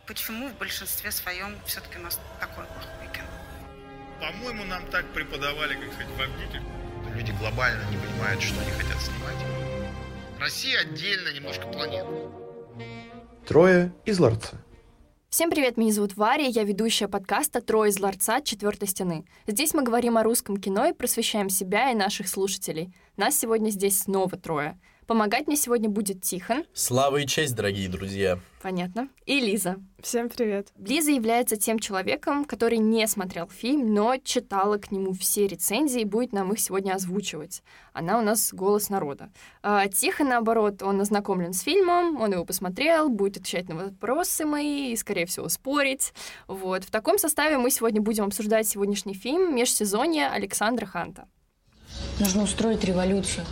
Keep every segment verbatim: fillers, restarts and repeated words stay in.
почему в большинстве своем все-таки у нас такое плохое кино. По-моему, нам так преподавали, как сказать, в Авгике. Люди глобально не понимают, что они хотят снимать. Россия отдельно немножко планета. Трое из ларца. Всем привет, меня зовут Варя, я ведущая подкаста «Трое из ларца. Четвертой стены». Здесь мы говорим о русском кино и просвещаем себя и наших слушателей. Нас сегодня здесь снова трое. Помогать мне сегодня будет Тихон. Слава и честь, дорогие друзья. Понятно. И Лиза. Всем привет. Лиза является тем человеком, который не смотрел фильм, но читала к нему все рецензии и будет нам их сегодня озвучивать. Она у нас голос народа. А Тихон, наоборот, он ознакомлен с фильмом, он его посмотрел, будет отвечать на вопросы мои и, скорее всего, спорить. Вот. В таком составе мы сегодня будем обсуждать сегодняшний фильм «Межсезонье» Александра Ханта. Нужно устроить революцию.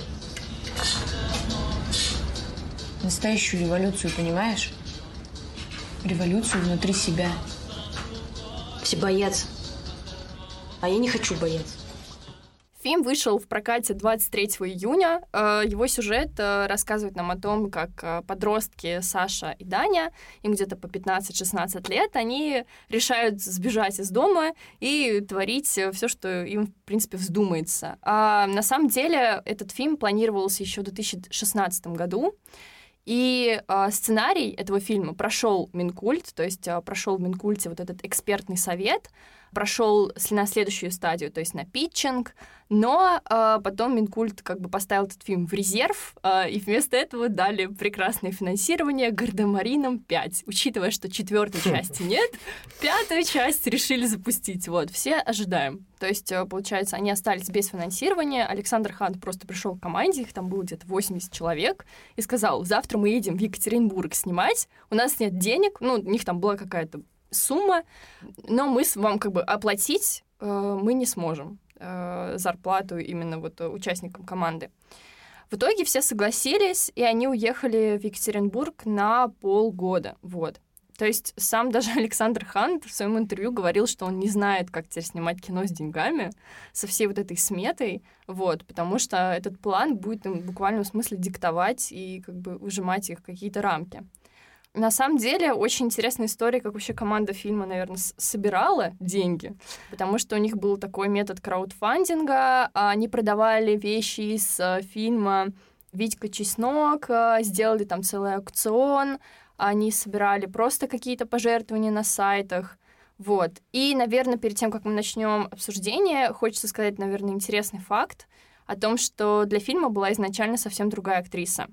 Настоящую революцию, понимаешь? Революцию внутри себя. Все боятся. А я не хочу бояться. Фильм вышел в прокате двадцать третьего июня. Его сюжет рассказывает нам о том, как подростки Саша и Даня, им где-то по пятнадцать-шестнадцать лет, они решают сбежать из дома и творить все, что им, в принципе, вздумается. А на самом деле этот фильм планировался еще в две тысячи шестнадцатом году. И э, сценарий этого фильма прошел Минкульт, то есть э, прошел в Минкульте вот этот экспертный совет, прошел на следующую стадию, то есть на питчинг, но э, потом Минкульт как бы поставил этот фильм в резерв, э, и вместо этого дали прекрасное финансирование «Гардемаринам пять». Учитывая, что четвертой части нет, пятую часть решили запустить. Вот, все ожидаем. То есть, э, получается, они остались без финансирования. Александр Хант просто пришел к команде, их там было где-то восемьдесят человек, и сказал: завтра мы едем в Екатеринбург снимать, у нас нет денег, ну, у них там была какая-то сумма, но мы вам как бы оплатить э, мы не сможем э, зарплату именно вот участникам команды. В итоге все согласились, и они уехали в Екатеринбург на полгода. Вот. То есть сам даже Александр Хант в своем интервью говорил, что он не знает, как теперь снимать кино с деньгами, со всей вот этой сметой, вот, потому что этот план будет им в буквальном смысле диктовать и как бы выжимать их какие-то рамки. На самом деле, очень интересная история, как вообще команда фильма, наверное, собирала деньги, потому что у них был такой метод краудфандинга, они продавали вещи из фильма «Витька Чеснок», сделали там целый аукцион, они собирали просто какие-то пожертвования на сайтах, вот. И, наверное, перед тем, как мы начнем обсуждение, хочется сказать, наверное, интересный факт о том, что для фильма была изначально совсем другая актриса.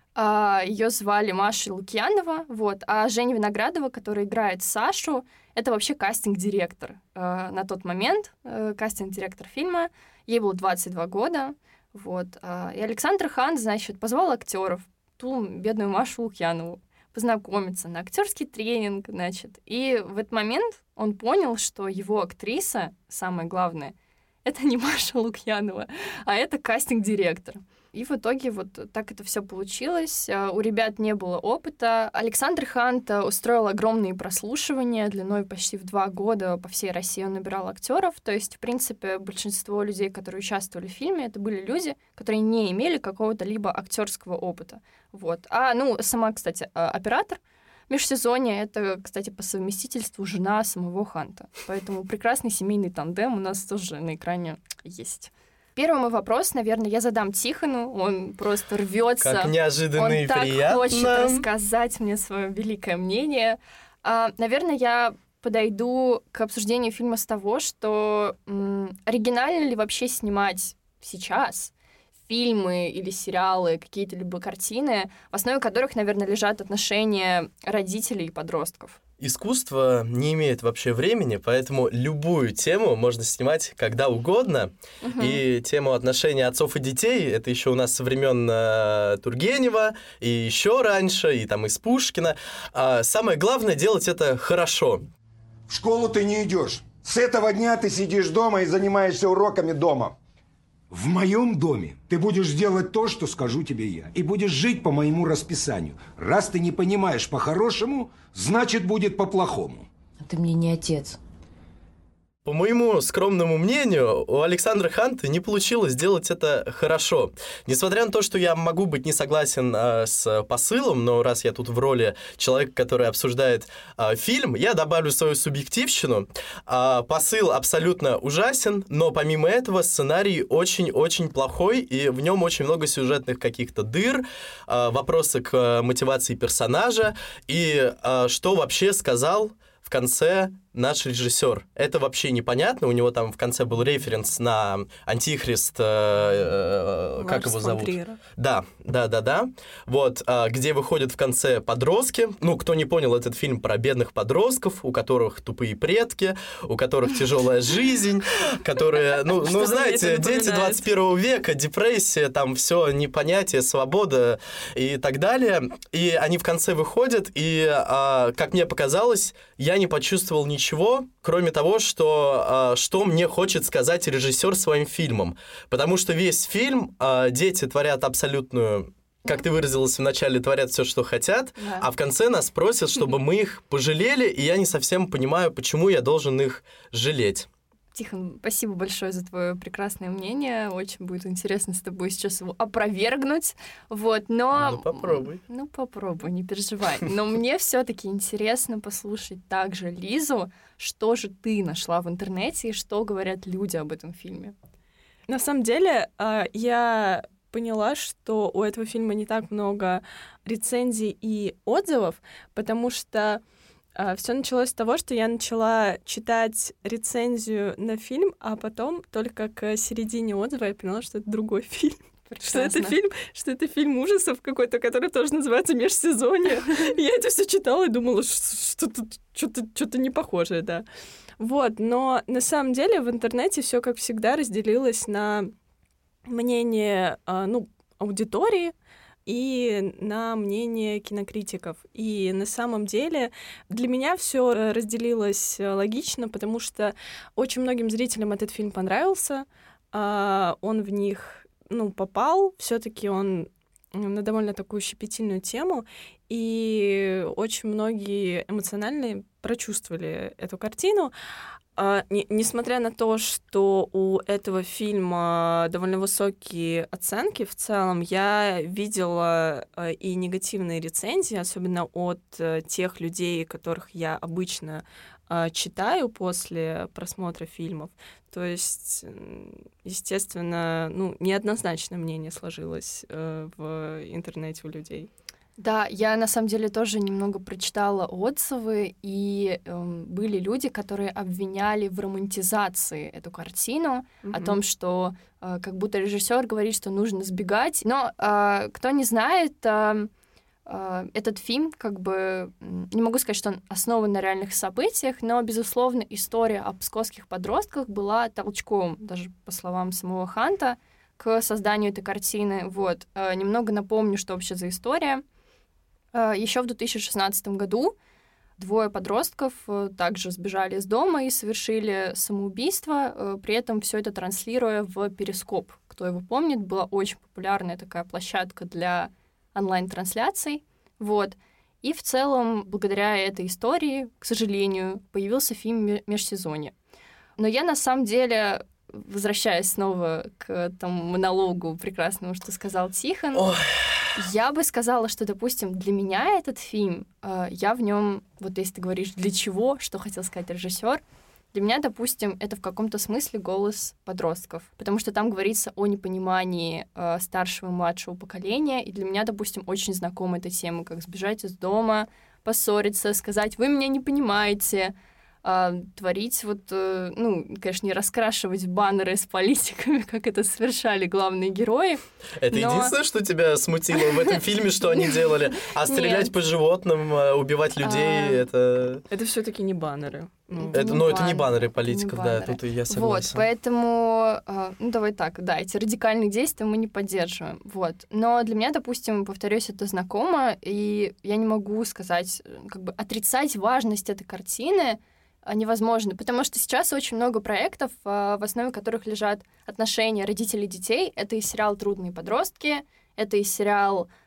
Ее звали Маша Лукьянова, вот, а Женя Виноградова, которая играет Сашу, это вообще кастинг-директор на тот момент, кастинг-директор фильма, ей было двадцать два года, вот, и Александр Хант, значит, позвал актеров, ту бедную Машу Лукьянову, познакомиться на актерский тренинг, значит, и в этот момент он понял, что его актриса, самое главное, это не Маша Лукьянова, а это кастинг-директор. И в итоге вот так это все получилось. У ребят не было опыта. Александр Хант устроил огромные прослушивания длиной почти в два года по всей России. Он набирал актеров. То есть, в принципе, большинство людей, которые участвовали в фильме, это были люди, которые не имели какого-то либо актерского опыта. Вот. А, ну, сама, кстати, оператор «Межсезонье» — это, кстати, по совместительству жена самого Ханта. Поэтому прекрасный семейный тандем у нас тоже на экране есть. Первый мой вопрос, наверное, я задам Тихону. Он просто рвется. Как неожиданно и он так приятно. хочет рассказать мне свое великое мнение. А, наверное, я подойду к обсуждению фильма с того, что м, оригинально ли вообще снимать сейчас фильмы или сериалы, какие-то либо картины, в основе которых, наверное, лежат отношения родителей и подростков. Искусство не имеет вообще времени, поэтому любую тему можно снимать когда угодно. Угу. И тему отношений отцов и детей, это еще у нас со времен э, Тургенева, и еще раньше, и там из Пушкина. А самое главное — делать это хорошо. В школу ты не идешь. С этого дня ты сидишь дома и занимаешься уроками дома. В моем доме ты будешь делать то, что скажу тебе я, и будешь жить по моему расписанию. Раз ты не понимаешь по-хорошему, значит, будет по-плохому. А ты мне не отец. По моему скромному мнению, у Александра Ханты не получилось сделать это хорошо. Несмотря на то, что я могу быть не согласен а, с посылом, но раз я тут в роли человека, который обсуждает а, фильм, я добавлю свою субъективщину. А, посыл абсолютно ужасен, но помимо этого сценарий очень-очень плохой, и в нем очень много сюжетных каких-то дыр, а, вопросы к мотивации персонажа, и а, что вообще сказал в конце наш режиссер. Это вообще непонятно. У него там в конце был референс на Антихрист, э, э, как его зовут? Да, да, да, да. Вот, э, где выходят в конце подростки. Ну, кто не понял, этот фильм про бедных подростков, у которых тупые предки, у которых тяжелая жизнь, которые, ну, ну знаете, дети двадцать первого века, депрессия, там все непонятие, свобода и так далее. И они в конце выходят, и, э, как мне показалось, я не почувствовал ничего. Ничего, кроме того, что, что мне хочет сказать режиссер своим фильмом. Потому что весь фильм дети творят абсолютную, как ты выразилась в начале, творят все, что хотят, да. А в конце нас просят, чтобы мы их пожалели, и я не совсем понимаю, почему я должен их жалеть. Тихон, спасибо большое за твое прекрасное мнение. Очень будет интересно с тобой сейчас его опровергнуть. Вот, но... Ну, попробуй. Ну, попробуй, не переживай. Но мне все-таки интересно послушать также Лизу, что же ты нашла в интернете и что говорят люди об этом фильме. На самом деле, я поняла, что у этого фильма не так много рецензий и отзывов, потому что все началось с того, что я начала читать рецензию на фильм, а потом только к середине отзыва я поняла, что это другой фильм. Что это фильм, что это фильм ужасов какой-то, который тоже называется «Межсезонье». И я это все читала и думала, что тут что-то, что-то не похожее, да. Вот, но на самом деле в интернете все, как всегда, разделилось на мнение, ну, аудитории, и на мнение кинокритиков. И на самом деле для меня все разделилось логично, потому что очень многим зрителям этот фильм понравился, он в них, ну, попал, все-таки он на довольно такую щепетильную тему, и очень многие эмоционально прочувствовали эту картину. Uh, не, несмотря на то, что у этого фильма довольно высокие оценки в целом, я видела uh, и негативные рецензии, особенно от uh, тех людей, которых я обычно uh, читаю после просмотра фильмов. То есть, естественно, ну, неоднозначное мнение сложилось uh, в интернете у людей. Да, я на самом деле тоже немного прочитала отзывы, и э, были люди, которые обвиняли в романтизации эту картину, mm-hmm. о том, что э, как будто режиссер говорит, что нужно сбегать. Но э, кто не знает, э, э, этот фильм, как бы, не могу сказать, что он основан на реальных событиях, но, безусловно, история о псковских подростках была толчком, даже по словам самого Ханта, к созданию этой картины. Вот. Э, немного напомню, что вообще за история. Еще в две тысячи шестнадцатом году двое подростков также сбежали из дома и совершили самоубийство, при этом все это транслируя в Перископ. Кто его помнит, была очень популярная такая площадка для онлайн-трансляций. Вот. И в целом, благодаря этой истории, к сожалению, появился фильм «Межсезонье». Но я на самом деле, возвращаясь снова к тому монологу прекрасному, что сказал Тихон, Ой. Я бы сказала, что, допустим, для меня этот фильм, э, я в нем, вот если ты говоришь, для чего, что хотел сказать режиссер, для меня, допустим, это в каком-то смысле голос подростков, потому что там говорится о непонимании э, старшего и младшего поколения, и для меня, допустим, очень знакома эта тема, как сбежать из дома, поссориться, сказать «вы меня не понимаете», А, творить вот, э, ну, конечно, не раскрашивать баннеры с политиками, как это совершали главные герои. Это но... единственное, что тебя смутило в этом фильме, что они делали? А стрелять по животным, убивать людей, это... Это все-таки не баннеры. Ну, это, ну, это не баннеры политиков, да, тут я согласен. Вот, поэтому, ну, давай так, да, эти радикальные действия мы не поддерживаем, вот. Но для меня, допустим, повторюсь, это знакомо, и я не могу сказать, как бы отрицать важность этой картины невозможно, потому что сейчас очень много проектов, в основе которых лежат отношения родителей и детей. Это и сериал «Трудные подростки», это и сериал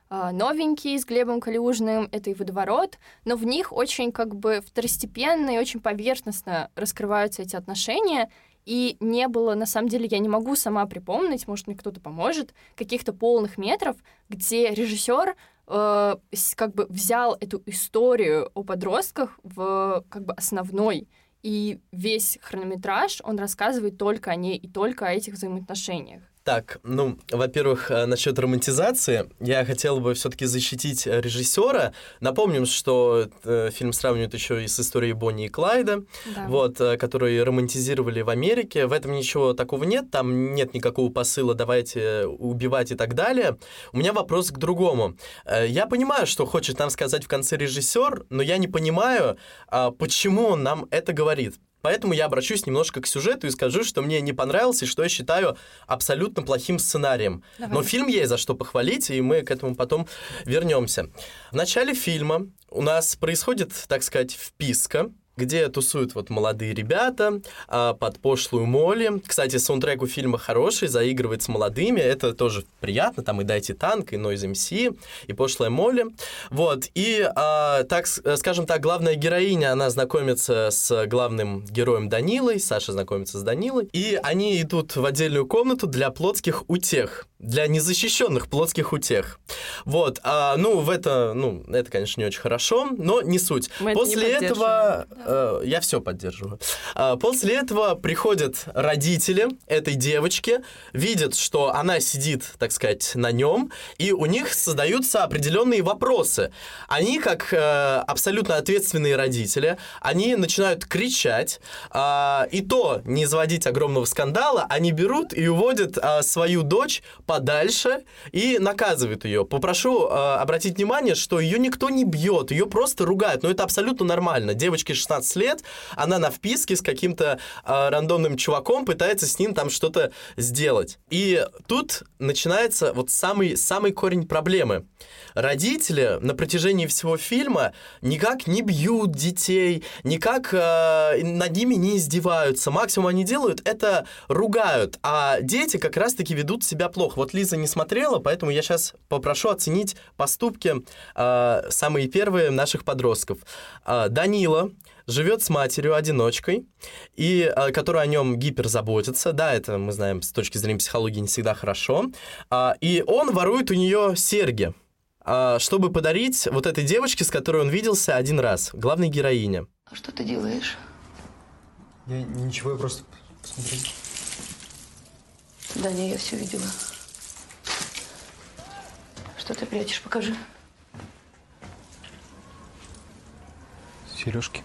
новенький с Глебом Калюжным, это и «Водоворот», но в них очень как бы второстепенно и очень поверхностно раскрываются эти отношения, и не было, на самом деле, я не могу сама припомнить, может, мне кто-то поможет, каких-то полных метров, где режиссер э, как бы взял эту историю о подростках в как бы основной, и весь хронометраж, он рассказывает только о ней и только о этих взаимоотношениях. Так, ну, во-первых, насчет романтизации, я хотел бы все-таки защитить режиссера. Напомним, что э, фильм сравнивают еще и с историей Бонни и Клайда, да. вот, э, которые романтизировали в Америке. В этом ничего такого нет, там нет никакого посыла «давайте убивать» и так далее. У меня вопрос к другому. Э, я понимаю, что хочет нам сказать в конце режиссер, но я не понимаю, э, почему он нам это говорит. Поэтому я обращусь немножко к сюжету и скажу, что мне не понравился и что я считаю абсолютно плохим сценарием. Давай. Но фильм есть за что похвалить, и мы к этому потом вернемся. В начале фильма у нас происходит, так сказать, вписка, где тусуют вот молодые ребята а, под пошлую Молли. Кстати, саундтрек у фильма хороший, заигрывает с молодыми, это тоже приятно, там и «Дайте танк», и «Noise эм си», и пошлая Молли. Вот, и, а, так, скажем так, главная героиня, она знакомится с главным героем Данилой, Саша знакомится с Данилой, и они идут в отдельную комнату для плотских утех, для незащищенных плотских утех. Вот, а, ну, в это, ну, это, конечно, не очень хорошо, но не суть. Мы После это не этого... Я все поддерживаю. После этого приходят родители этой девочки, видят, что она сидит, так сказать, на нем, и у них создаются определенные вопросы. Они, как абсолютно ответственные родители, они начинают кричать, и то не изводить огромного скандала, они берут и уводят свою дочь подальше и наказывают ее. Попрошу обратить внимание, что ее никто не бьет, ее просто ругают, но это абсолютно нормально. Девочке шестнадцать лет, она на вписке с каким-то э, рандомным чуваком пытается с ним там что-то сделать. И тут начинается вот самый, самый корень проблемы. Родители на протяжении всего фильма никак не бьют детей, никак э, над ними не издеваются. Максимум они делают — это ругают, а дети как раз-таки ведут себя плохо. Вот Лиза не смотрела, поэтому я сейчас попрошу оценить поступки э, самые первые наших подростков. Э, Данила живет с матерью-одиночкой, и, а, которая о нем гиперзаботится. Да, это мы знаем с точки зрения психологии не всегда хорошо. А, и он ворует у нее серьги, а, чтобы подарить вот этой девочке, с которой он виделся один раз, главной героине. А что ты делаешь? Я ничего, я просто посмотрел. Даня, я все видела. Что ты прячешь? Покажи. Сережки.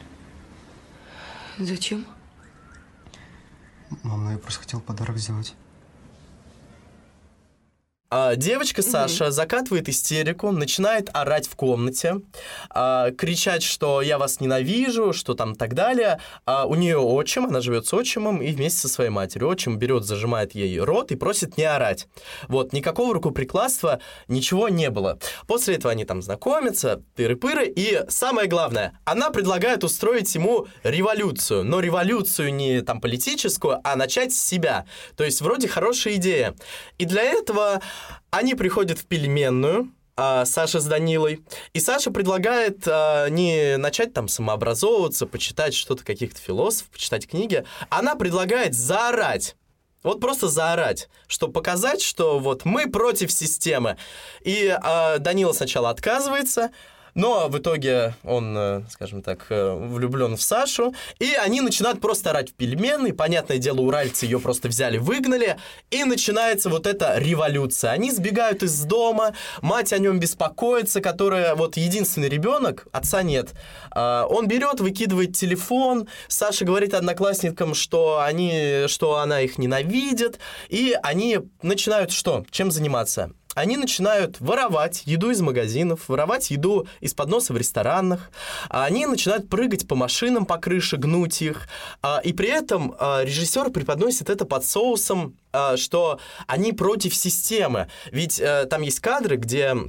Зачем? Мам, ну я просто хотел подарок сделать. А девочка Саша mm-hmm. закатывает истерику, начинает орать в комнате, а, кричать, что я вас ненавижу, что там и так далее. А у нее отчим, она живет с отчимом и вместе со своей матерью. Отчим берет, зажимает ей рот и просит не орать. Вот, никакого рукоприкладства, ничего не было. После этого они там знакомятся, тыры-пыры, и самое главное, она предлагает устроить ему революцию, но революцию не там политическую, а начать с себя. То есть вроде хорошая идея. И для этого они приходят в пельменную, а, Саша с Данилой, и Саша предлагает а, не начать там самообразовываться, почитать что-то каких-то философов, почитать книги. Она предлагает заорать. Вот просто заорать, чтобы показать, что вот мы против системы. И а, Данила сначала отказывается, но в итоге он, скажем так, влюблен в Сашу, и они начинают просто орать в пельменной. Понятное дело, уральцы ее просто взяли, выгнали, и начинается вот эта революция. Они сбегают из дома, мать о нем беспокоится, которая вот единственный ребенок, отца нет. Он берет, выкидывает телефон, Саша говорит одноклассникам, что, они, что она их ненавидит, и они начинают что? Чем заниматься? Они начинают воровать еду из магазинов, воровать еду из подноса в ресторанах. Они начинают прыгать по машинам, по крыше, гнуть их. И при этом режиссер преподносит это под соусом, что они против системы. Ведь там есть кадры, где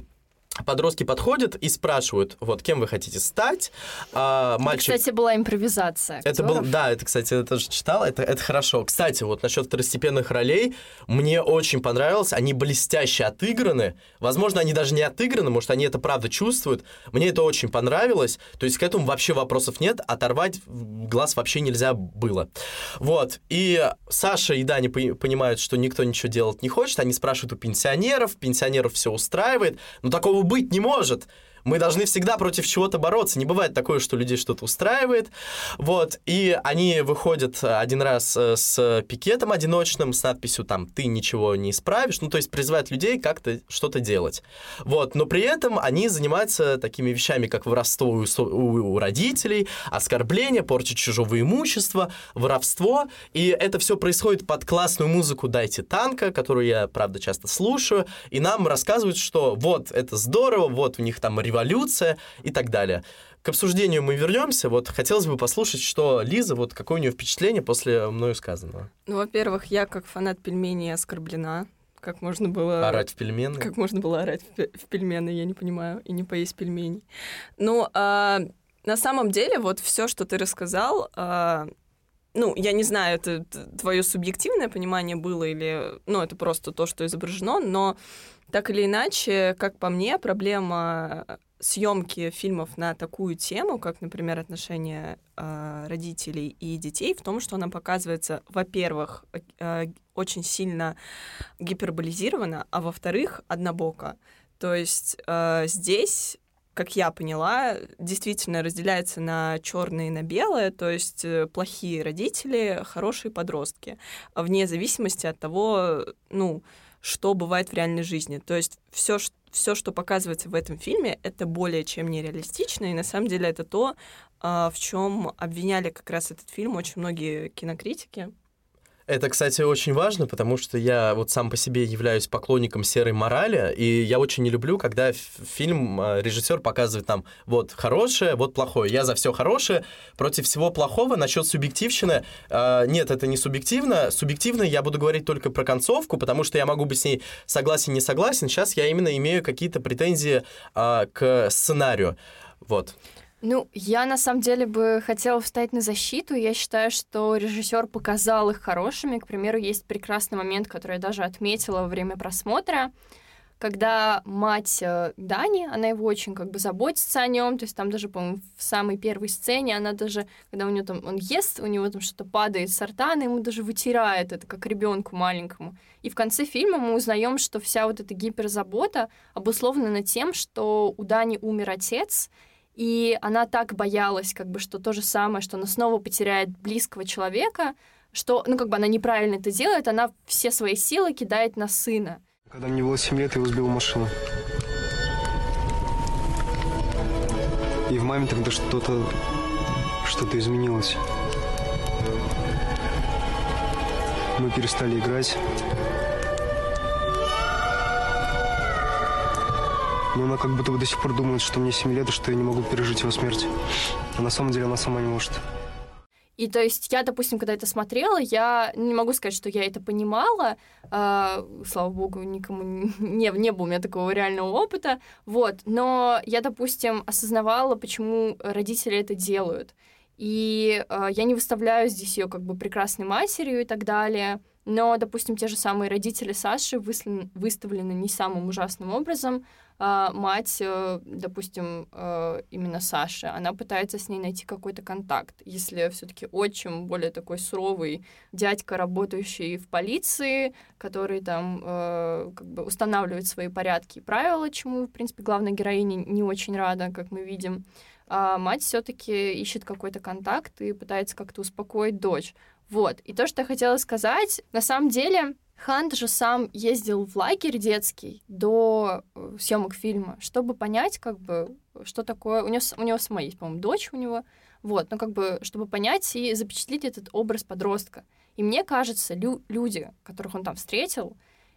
подростки подходят и спрашивают, вот, кем вы хотите стать. А, мальчик... Это, кстати, была импровизация актеров. Это был, да, это, кстати, я тоже читал, это, это хорошо. Кстати, вот насчет второстепенных ролей, мне очень понравилось, они блестяще отыграны. Возможно, они даже не отыграны, может, они это правда чувствуют. Мне это очень понравилось. То есть к этому вообще вопросов нет, оторвать глаз вообще нельзя было. Вот, и Саша и Даня понимают, что никто ничего делать не хочет, они спрашивают у пенсионеров, пенсионеров все устраивает, но такого быть не может. Мы должны всегда против чего-то бороться. Не бывает такое, что людей что-то устраивает. Вот. И они выходят один раз с пикетом одиночным, с надписью там «ты ничего не исправишь». Ну, то есть призывают людей как-то что-то делать. Вот. Но при этом они занимаются такими вещами, как воровство у, у, у родителей, оскорбление, порча чужого имущества, воровство. И это все происходит под классную музыку «Дайте танка», которую я, правда, часто слушаю. И нам рассказывают, что вот, это здорово, вот у них там революция и так далее. К обсуждению мы вернемся. Вот хотелось бы послушать, что Лиза, вот какое у нее впечатление после мною сказанного. Ну, во-первых, я как фанат пельменей оскорблена. Как можно было... Орать в пельмены? Как можно было орать в пельмены, я не понимаю, и не поесть пельменей. Ну, а, на самом деле, вот все, что ты рассказал... А, ну, я не знаю, это твое субъективное понимание было или... Ну, это просто то, что изображено, но так или иначе, как по мне, проблема съемки фильмов на такую тему, как, например, отношения э, родителей и детей, в том, что она показывается, во-первых, э, очень сильно гиперболизирована, а во-вторых, однобоко. То есть э, здесь, как я поняла, действительно разделяется на черное и на белое, то есть э, плохие родители, хорошие подростки, вне зависимости от того, ну, что бывает в реальной жизни. То есть все, все, что показывается в этом фильме, это более чем нереалистично, и на самом деле это то, в чем обвиняли как раз этот фильм очень многие кинокритики. Это, кстати, очень важно, потому что я вот сам по себе являюсь поклонником серой морали, и я очень не люблю, когда фильм, режиссер показывает нам вот хорошее, вот плохое. Я за все хорошее, против всего плохого. Насчет субъективщины, э, нет, это не субъективно. Субъективно я буду говорить только про концовку, потому что я могу быть с ней согласен, не согласен. Сейчас я именно имею какие-то претензии э, к сценарию. Вот. Ну, я на самом деле бы хотела встать на защиту. Я считаю, что режиссер показал их хорошими. К примеру, есть прекрасный момент, который я даже отметила во время просмотра, когда мать Дани, она его очень как бы заботится о нем, то есть там даже, по-моему, в самой первой сцене она даже, когда у него там, он ест, у него там что-то падает с рта, она ему даже вытирает это, как ребенку маленькому. И в конце фильма мы узнаем, что вся вот эта гиперзабота обусловлена тем, что у Дани умер отец, и она так боялась, как бы, что то же самое, что она снова потеряет близкого человека, что, ну, как бы она неправильно это делает, она все свои силы кидает на сына. Когда мне было семь лет, его сбила машина. И в маме тогда что-то, что-то изменилось. Мы перестали играть. Но она как будто бы до сих пор думает, что мне семь лет, и что я не могу пережить его смерть. А на самом деле она сама не может. И то есть я, допустим, когда это смотрела, я не могу сказать, что я это понимала. Э, слава богу, никому не, не было у меня такого реального опыта. Вот. Но я, допустим, осознавала, почему родители это делают. И э, я не выставляю здесь ее как бы прекрасной матерью и так далее. Но, допустим, те же самые родители Саши выставлены, выставлены не самым ужасным образом. А мать, э, допустим, э, именно Саши, она пытается с ней найти какой-то контакт. Если все-таки отчим более такой суровый дядька, работающий в полиции, который там э, как бы устанавливает свои порядки и правила, чему, в принципе, главная героиня не очень рада, как мы видим. А мать все-таки ищет какой-то контакт и пытается как-то успокоить дочь. Вот. И то, что я хотела сказать, на самом деле, Хант же сам ездил в лагерь детский до съемок фильма, чтобы понять, как бы, что такое... У него, у него сама есть, по-моему, дочь у него. Вот. Ну, как бы, чтобы понять и запечатлеть этот образ подростка. И мне кажется, лю- люди, которых он там встретил,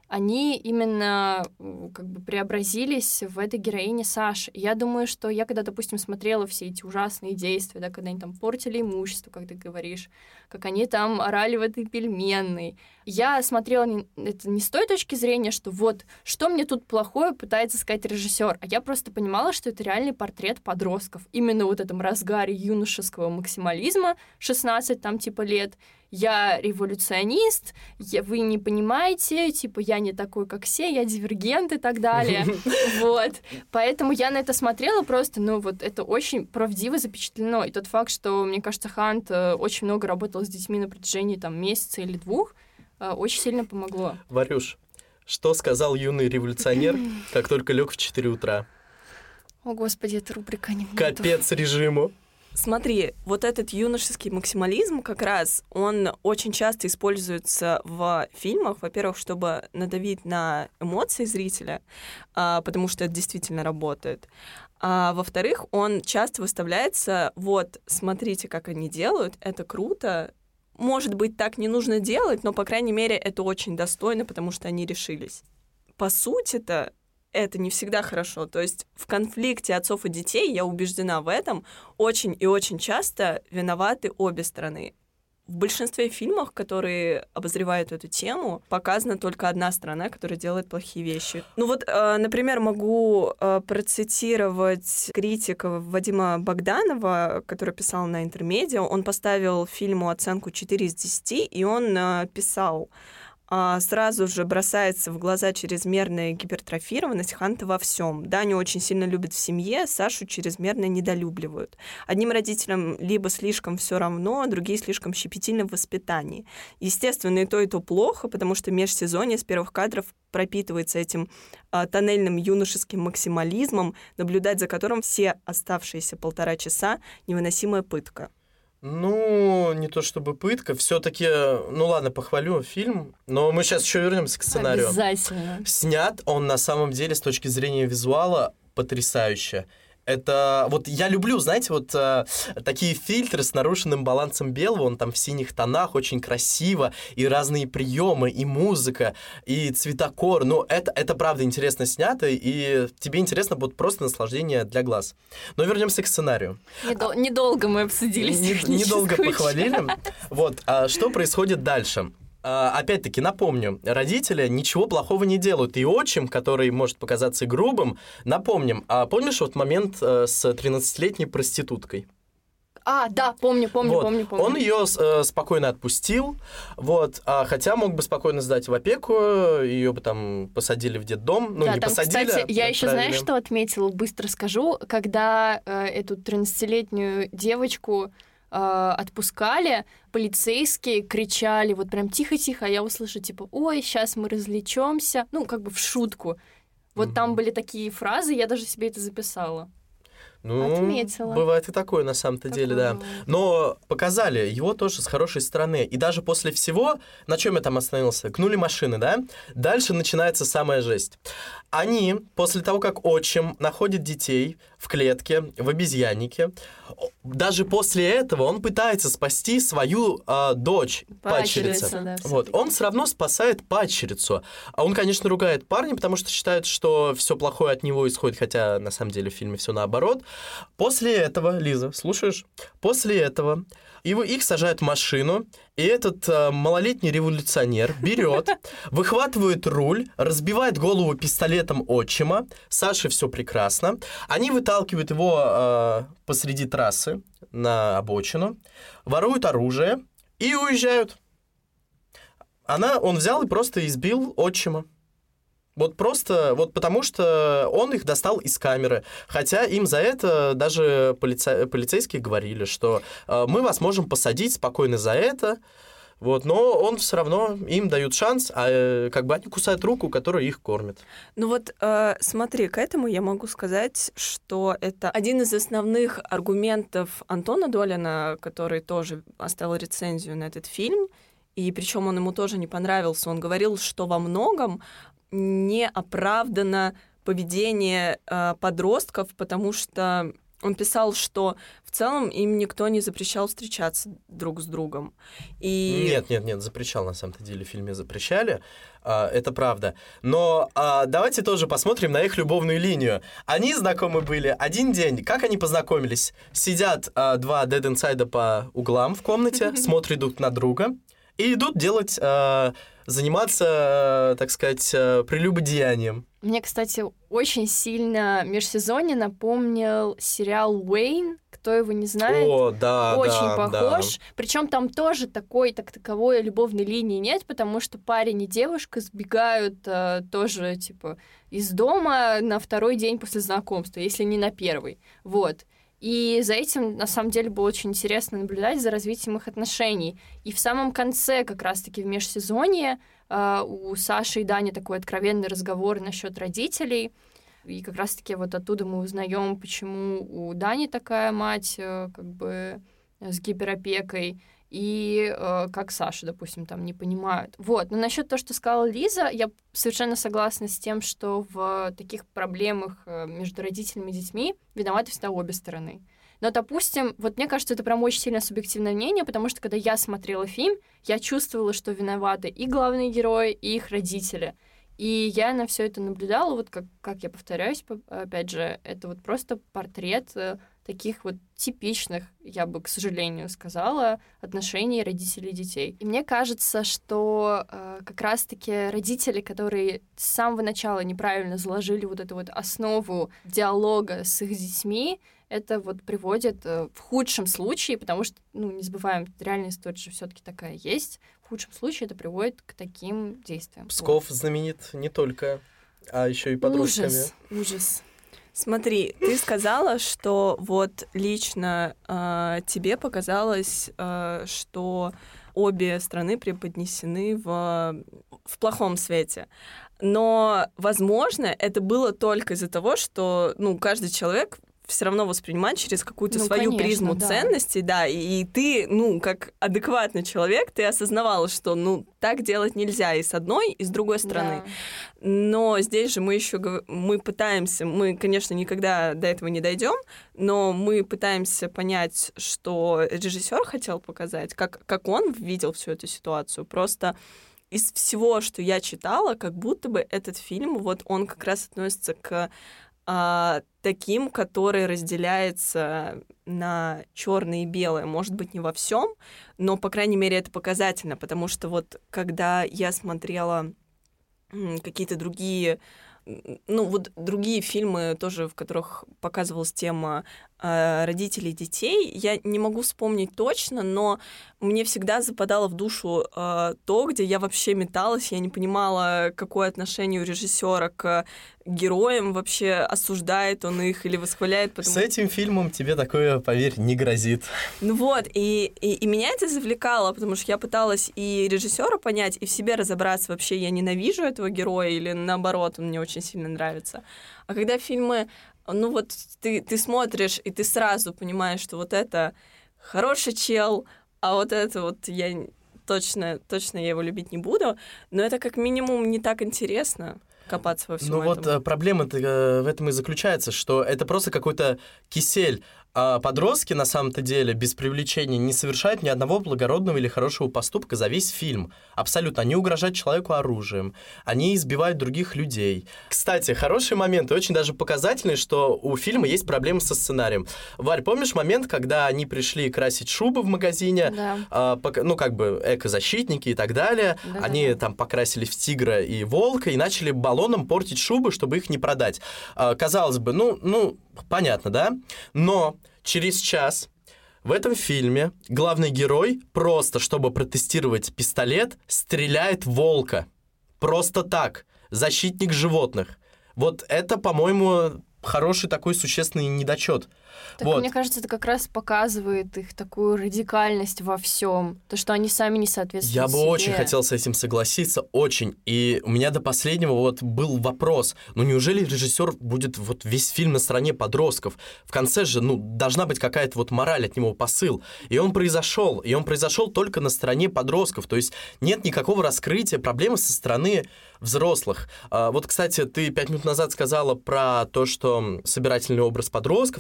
они именно как бы преобразились в этой героине Саши. Я думаю, что я когда, допустим, смотрела все эти ужасные действия, да, когда они там портили имущество, как ты говоришь, как они там орали в этой пельменной, я смотрела не, это не с той точки зрения, что вот, что мне тут плохое пытается сказать режиссер, а я просто понимала, что это реальный портрет подростков. Именно вот в этом разгаре юношеского максимализма, шестнадцать там типа лет, я революционист, я, вы не понимаете, типа, я не такой, как все, я дивергент и так далее. Вот. Поэтому я на это смотрела просто, ну, вот это очень правдиво запечатлено. И тот факт, что, мне кажется, Хант очень много работал с детьми на протяжении, там, месяца или двух, очень сильно помогло. Варюш, что сказал юный революционер, как только лег в четыре утра? О, Господи, эта рубрика не Капец режиму. Смотри, вот этот юношеский максимализм как раз, он очень часто используется в фильмах, во-первых, чтобы надавить на эмоции зрителя, а, потому что это действительно работает. А во-вторых, он часто выставляется, вот, смотрите, как они делают, это круто. Может быть, так не нужно делать, но, по крайней мере, это очень достойно, потому что они решились. По сути-то, это не всегда хорошо. То есть в конфликте отцов и детей, я убеждена в этом, очень и очень часто виноваты обе стороны. В большинстве фильмов, которые обозревают эту тему, показана только одна сторона, которая делает плохие вещи. Ну вот, э, например, могу э, процитировать критика Вадима Богданова, который писал на Интермедиа. Он поставил фильму оценку четыре из десяти, и он э, писал: сразу же бросается в глаза чрезмерная гипертрофированность Ханта во всем. Даню очень сильно любят в семье, Сашу чрезмерно недолюбливают. Одним родителям либо слишком все равно, а другие слишком щепетильны в воспитании. Естественно, и то, и то плохо, потому что межсезонье с первых кадров пропитывается этим а, тоннельным юношеским максимализмом, наблюдать за которым все оставшиеся полтора часа невыносимая пытка. Ну, не то чтобы пытка, все-таки, ну ладно, похвалю фильм, но мы сейчас еще вернемся к сценарию. Обязательно. Снят он на самом деле с точки зрения визуала потрясающе. Это вот я люблю, знаете, вот э, такие фильтры с нарушенным балансом белого, он там в синих тонах, очень красиво, и разные приемы, и музыка, и цветокор. Ну, это, это правда интересно снято, и тебе интересно будет просто наслаждение для глаз. Но вернемся к сценарию. Недол- недолго мы обсудили техническую Недолго похвалили. Вот, а что происходит дальше? Опять-таки, напомню, родители ничего плохого не делают. И отчим, который может показаться грубым, напомним, а помнишь вот момент с тринадцатилетней проституткой? А, да, помню, помню, вот. помню, помню. Он ее э, спокойно отпустил, вот, а, хотя мог бы спокойно сдать в опеку, ее бы там посадили в детдом, ну, да, не там, посадили, кстати, я еще, отправили. знаешь, что отметила, быстро скажу, когда э, эту тринадцатилетнюю девочку отпускали, полицейские кричали, вот прям тихо-тихо, а я услышу, типа, ой, сейчас мы развлечемся, ну, как бы в шутку. Вот mm-hmm. там были такие фразы, я даже себе это записала. Ну, отметила. Бывает и такое на самом-то такое деле, да. Бывает. Но показали его тоже с хорошей стороны. И даже после всего, на чем я там остановился, гнули машины, да? Дальше начинается самая жесть. Они, после того, как отчим находит детей в клетке, в обезьяннике, даже после этого он пытается спасти свою э, дочь, падчерицу. Да, вот. Он все равно спасает падчерицу. А он, конечно, ругает парня, потому что считает, что все плохое от него исходит, хотя на самом деле в фильме все наоборот. После этого, Лиза, слушаешь? После этого его, их сажают в машину, и этот э, малолетний революционер берет, выхватывает руль, разбивает голову пистолетом отчима. Саше все прекрасно. Они выталкивают его э, посреди трассы на обочину, воруют оружие и уезжают. Она, он взял и просто избил отчима. Вот просто, вот потому что он их достал из камеры. Хотя им за это даже полице... полицейские говорили, что э, мы вас можем посадить спокойно за это. Вот, но он все равно, им дают шанс, а э, как бы они кусают руку, которая их кормит. Ну вот э, смотри, к этому я могу сказать, что это один из основных аргументов Антона Долина, который тоже оставил рецензию на этот фильм, и причем он ему тоже не понравился. Он говорил, что во многом не оправдано поведение э, подростков, потому что Он писал, что в целом им никто не запрещал встречаться друг с другом. И... Нет, нет, нет, запрещал, на самом-то деле, в фильме запрещали, а, это правда. Но а, давайте тоже посмотрим на их любовную линию. Они знакомы были один день. Как они познакомились? Сидят а, два Dead Inside по углам в комнате, смотрят друг на друга и идут делать, а, заниматься, так сказать, прелюбодеянием. Мне, кстати, очень сильно межсезонье напомнил сериал «Уэйн». Кто его не знает, О, да, очень да, похож. Да. Причем там тоже такой, так таковой любовной линии нет, потому что парень и девушка сбегают э, тоже, типа, из дома на второй день после знакомства, если не на первый. Вот. И за этим, на самом деле, было очень интересно наблюдать за развитием их отношений. И в самом конце, как раз-таки в межсезонье, э, у Саши и Дани такой откровенный разговор насчет родителей. И как раз-таки вот оттуда мы узнаем, почему у Дани такая мать, э, как бы с гиперопекой, и э, как Саша, допустим, там не понимают. Вот. Но насчет того, что сказала Лиза, я совершенно согласна с тем, что в таких проблемах между родителями и детьми виноваты всегда обе стороны. Но, допустим, вот мне кажется, это прям очень сильно субъективное мнение, потому что, когда я смотрела фильм, я чувствовала, что виноваты и главные герои, и их родители. И я на все это наблюдала, вот как, как я повторяюсь, опять же, это вот просто портрет таких вот типичных, я бы, к сожалению, сказала, отношений родителей и детей. И мне кажется, что э, как раз-таки родители, которые с самого начала неправильно заложили вот эту вот основу диалога с их детьми, это вот приводит э, в худшем случае, потому что, ну, не забываем, реальная история же все-таки такая есть, в худшем случае это приводит к таким действиям. Псков вот. знаменит не только, а еще и подростками. Ужас, ужас. Смотри, ты сказала, что вот лично э, тебе показалось, э, что обе страны преподнесены в, в плохом свете. Но, возможно, это было только из-за того, что, ну, каждый человек все равно воспринимать через какую-то ну, свою конечно, призму да. ценностей, да, и, и ты, ну, как адекватный человек, ты осознавала, что, ну, так делать нельзя и с одной, и с другой стороны. Да. Но здесь же мы еще мы пытаемся, мы, конечно, никогда до этого не дойдем, но мы пытаемся понять, что режиссер хотел показать, как, как он видел всю эту ситуацию. Просто из всего, что я читала, как будто бы этот фильм, вот он как раз относится к а, таким, который разделяется на черное и белое. Может быть, не во всем, но, по крайней мере, это показательно, потому что вот когда я смотрела какие-то другие, ну, вот другие фильмы тоже, в которых показывалась тема э, родителей и детей, я не могу вспомнить точно, но мне всегда западало в душу э, то, где я вообще металась, я не понимала, какое отношение у режиссера к героям, вообще осуждает он их или восхваляет. Потому... С этим фильмом тебе такое, поверь, не грозит. Ну вот, и, и, и меня это завлекало, потому что я пыталась и режиссера понять, и в себе разобраться, вообще я ненавижу этого героя или наоборот, он мне очень сильно нравится. А когда фильмы, ну вот ты, ты смотришь, и ты сразу понимаешь, что вот это хороший чел, а вот это вот я точно, точно я его любить не буду, но это как минимум не так интересно копаться во всем ну этом. Ну вот проблема-то в этом и заключается, что это просто какой-то кисель. А подростки, на самом-то деле, без привлечения не совершают ни одного благородного или хорошего поступка за весь фильм. Абсолютно. Они угрожают человеку оружием. Они избивают других людей. Кстати, хороший момент, и очень даже показательный, что у фильма есть проблемы со сценарием. Варь, помнишь момент, когда они пришли красить шубы в магазине? Да. А, пока, ну, как бы, экозащитники и так далее. Да, они да, да. там покрасили в тигра и волка и начали баллоном портить шубы, чтобы их не продать. А, казалось бы, ну, ну, понятно, да? Но через час в этом фильме главный герой просто, чтобы протестировать пистолет, стреляет в волка. Просто так. Защитник животных. Вот это, по-моему, хороший такой существенный недочет. Так, вот. Мне кажется, это как раз показывает их такую радикальность во всем. То, что они сами не соответствуют Я бы себе. очень хотел с этим согласиться, очень. И у меня до последнего вот был вопрос. Ну неужели режиссер будет вот весь фильм на стороне подростков? В конце же, ну, должна быть какая-то вот мораль от него, посыл. И он произошел. И он произошел только на стороне подростков. То есть нет никакого раскрытия проблемы со стороны взрослых. А, вот, кстати, ты пять минут назад сказала про то, что собирательный образ подростков так или иначе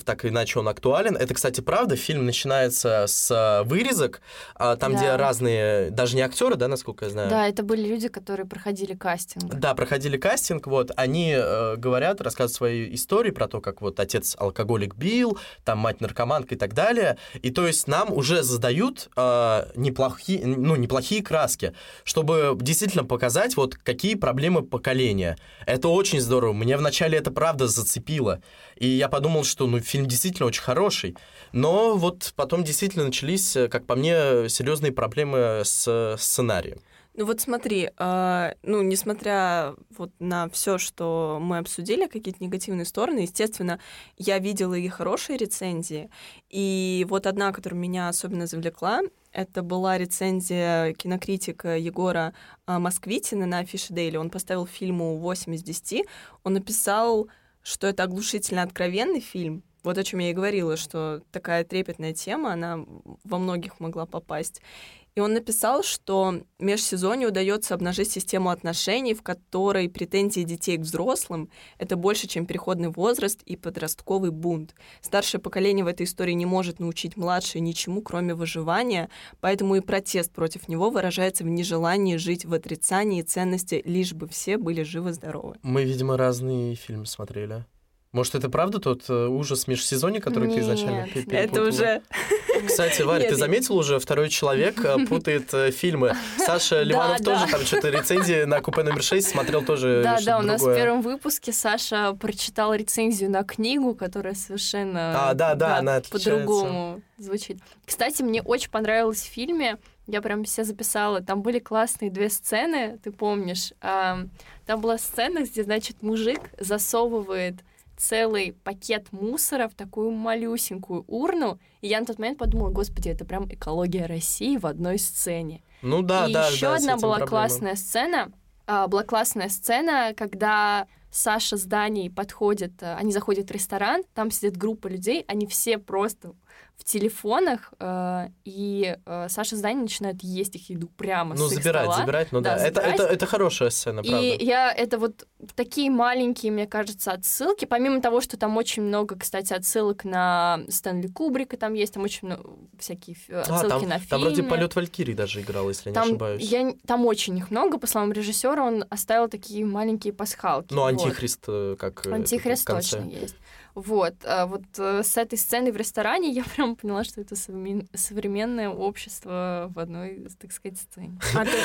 иначе он актуален. Это, кстати, правда. Фильм начинается с вырезок, там, Да. где разные, даже не актеры, да, насколько я знаю? Да, это были люди, которые проходили кастинг. Да, проходили кастинг, вот, они э, говорят, рассказывают свои истории про то, как вот отец алкоголик бил, там мать наркоманка и так далее, и то есть нам уже задают э, неплохие, ну, неплохие краски, чтобы действительно показать, вот, какие проблемы поколения. Это очень здорово, мне вначале это правда зацепило, и я подумал, что, ну, фильм действительно очень хороший, но вот потом действительно начались, как по мне, серьезные проблемы с сценарием. Ну вот смотри, э, ну несмотря вот на все, что мы обсудили, какие-то негативные стороны, естественно, я видела и хорошие рецензии. И вот одна, которая меня особенно завлекла, это была рецензия кинокритика Егора э, Москвитина на Афише Дейли. Он поставил фильму восемь из десяти. Он написал, что это оглушительно откровенный фильм. Вот о чем я и говорила, что такая трепетная тема, она во многих могла попасть. И он написал, что межсезонье удается обнажить систему отношений, в которой претензии детей к взрослым — это больше, чем переходный возраст и подростковый бунт. Старшее поколение в этой истории не может научить младшее ничему, кроме выживания, поэтому и протест против него выражается в нежелании жить в отрицании ценности, лишь бы все были живы-здоровы. Мы, видимо, разные фильмы смотрели. Может, это правда тот uh, ужас межсезонья, который Нет, ты изначально перепутала? Это уже... Кстати, Варя, Нет, ты заметила уже, второй человек uh, путает uh, фильмы. Саша Ливанов Да, тоже да. там что-то рецензии на купе номер шесть смотрел тоже Да, что-то да, у нас в другое. первом выпуске Саша прочитал рецензию на книгу, которая совершенно А, да, да, она отличается. по-другому звучит. Кстати, мне очень понравилось в фильме, я прям все записала, там были классные две сцены, ты помнишь? А, там была сцена, где, значит, мужик засовывает целый пакет мусора в такую малюсенькую урну, и я на тот момент подумала, господи, это прям экология России в одной сцене. Ну да, и да, еще да, с одна этим была проблема. классная сцена, а, была классная сцена, когда Саша с Даней подходят, а, они заходят в ресторан, там сидит группа людей, они все просто в телефонах, э, и э, Саша с Даней начинают есть их еду прямо Ну, с их забирать, стола. забирать, ну да. Да, это, забирать. это, это хорошая сцена, правда. И я, это вот такие маленькие, мне кажется, отсылки, помимо того, что там очень много, кстати, отсылок на Стэнли Кубрика, там есть, там очень много всякие фи- отсылки а, там, на фильмы. там вроде «Полет Валькирии» даже играл, если я Там, не ошибаюсь. я, там очень их много, по словам режиссера, он оставил такие маленькие пасхалки. Ну, вот. Антихрист э, как э, Антихрист в конце. точно есть. Вот, а вот э, с этой сценой в ресторане я прям поняла, что это современ- современное общество в одной, так сказать, сцене.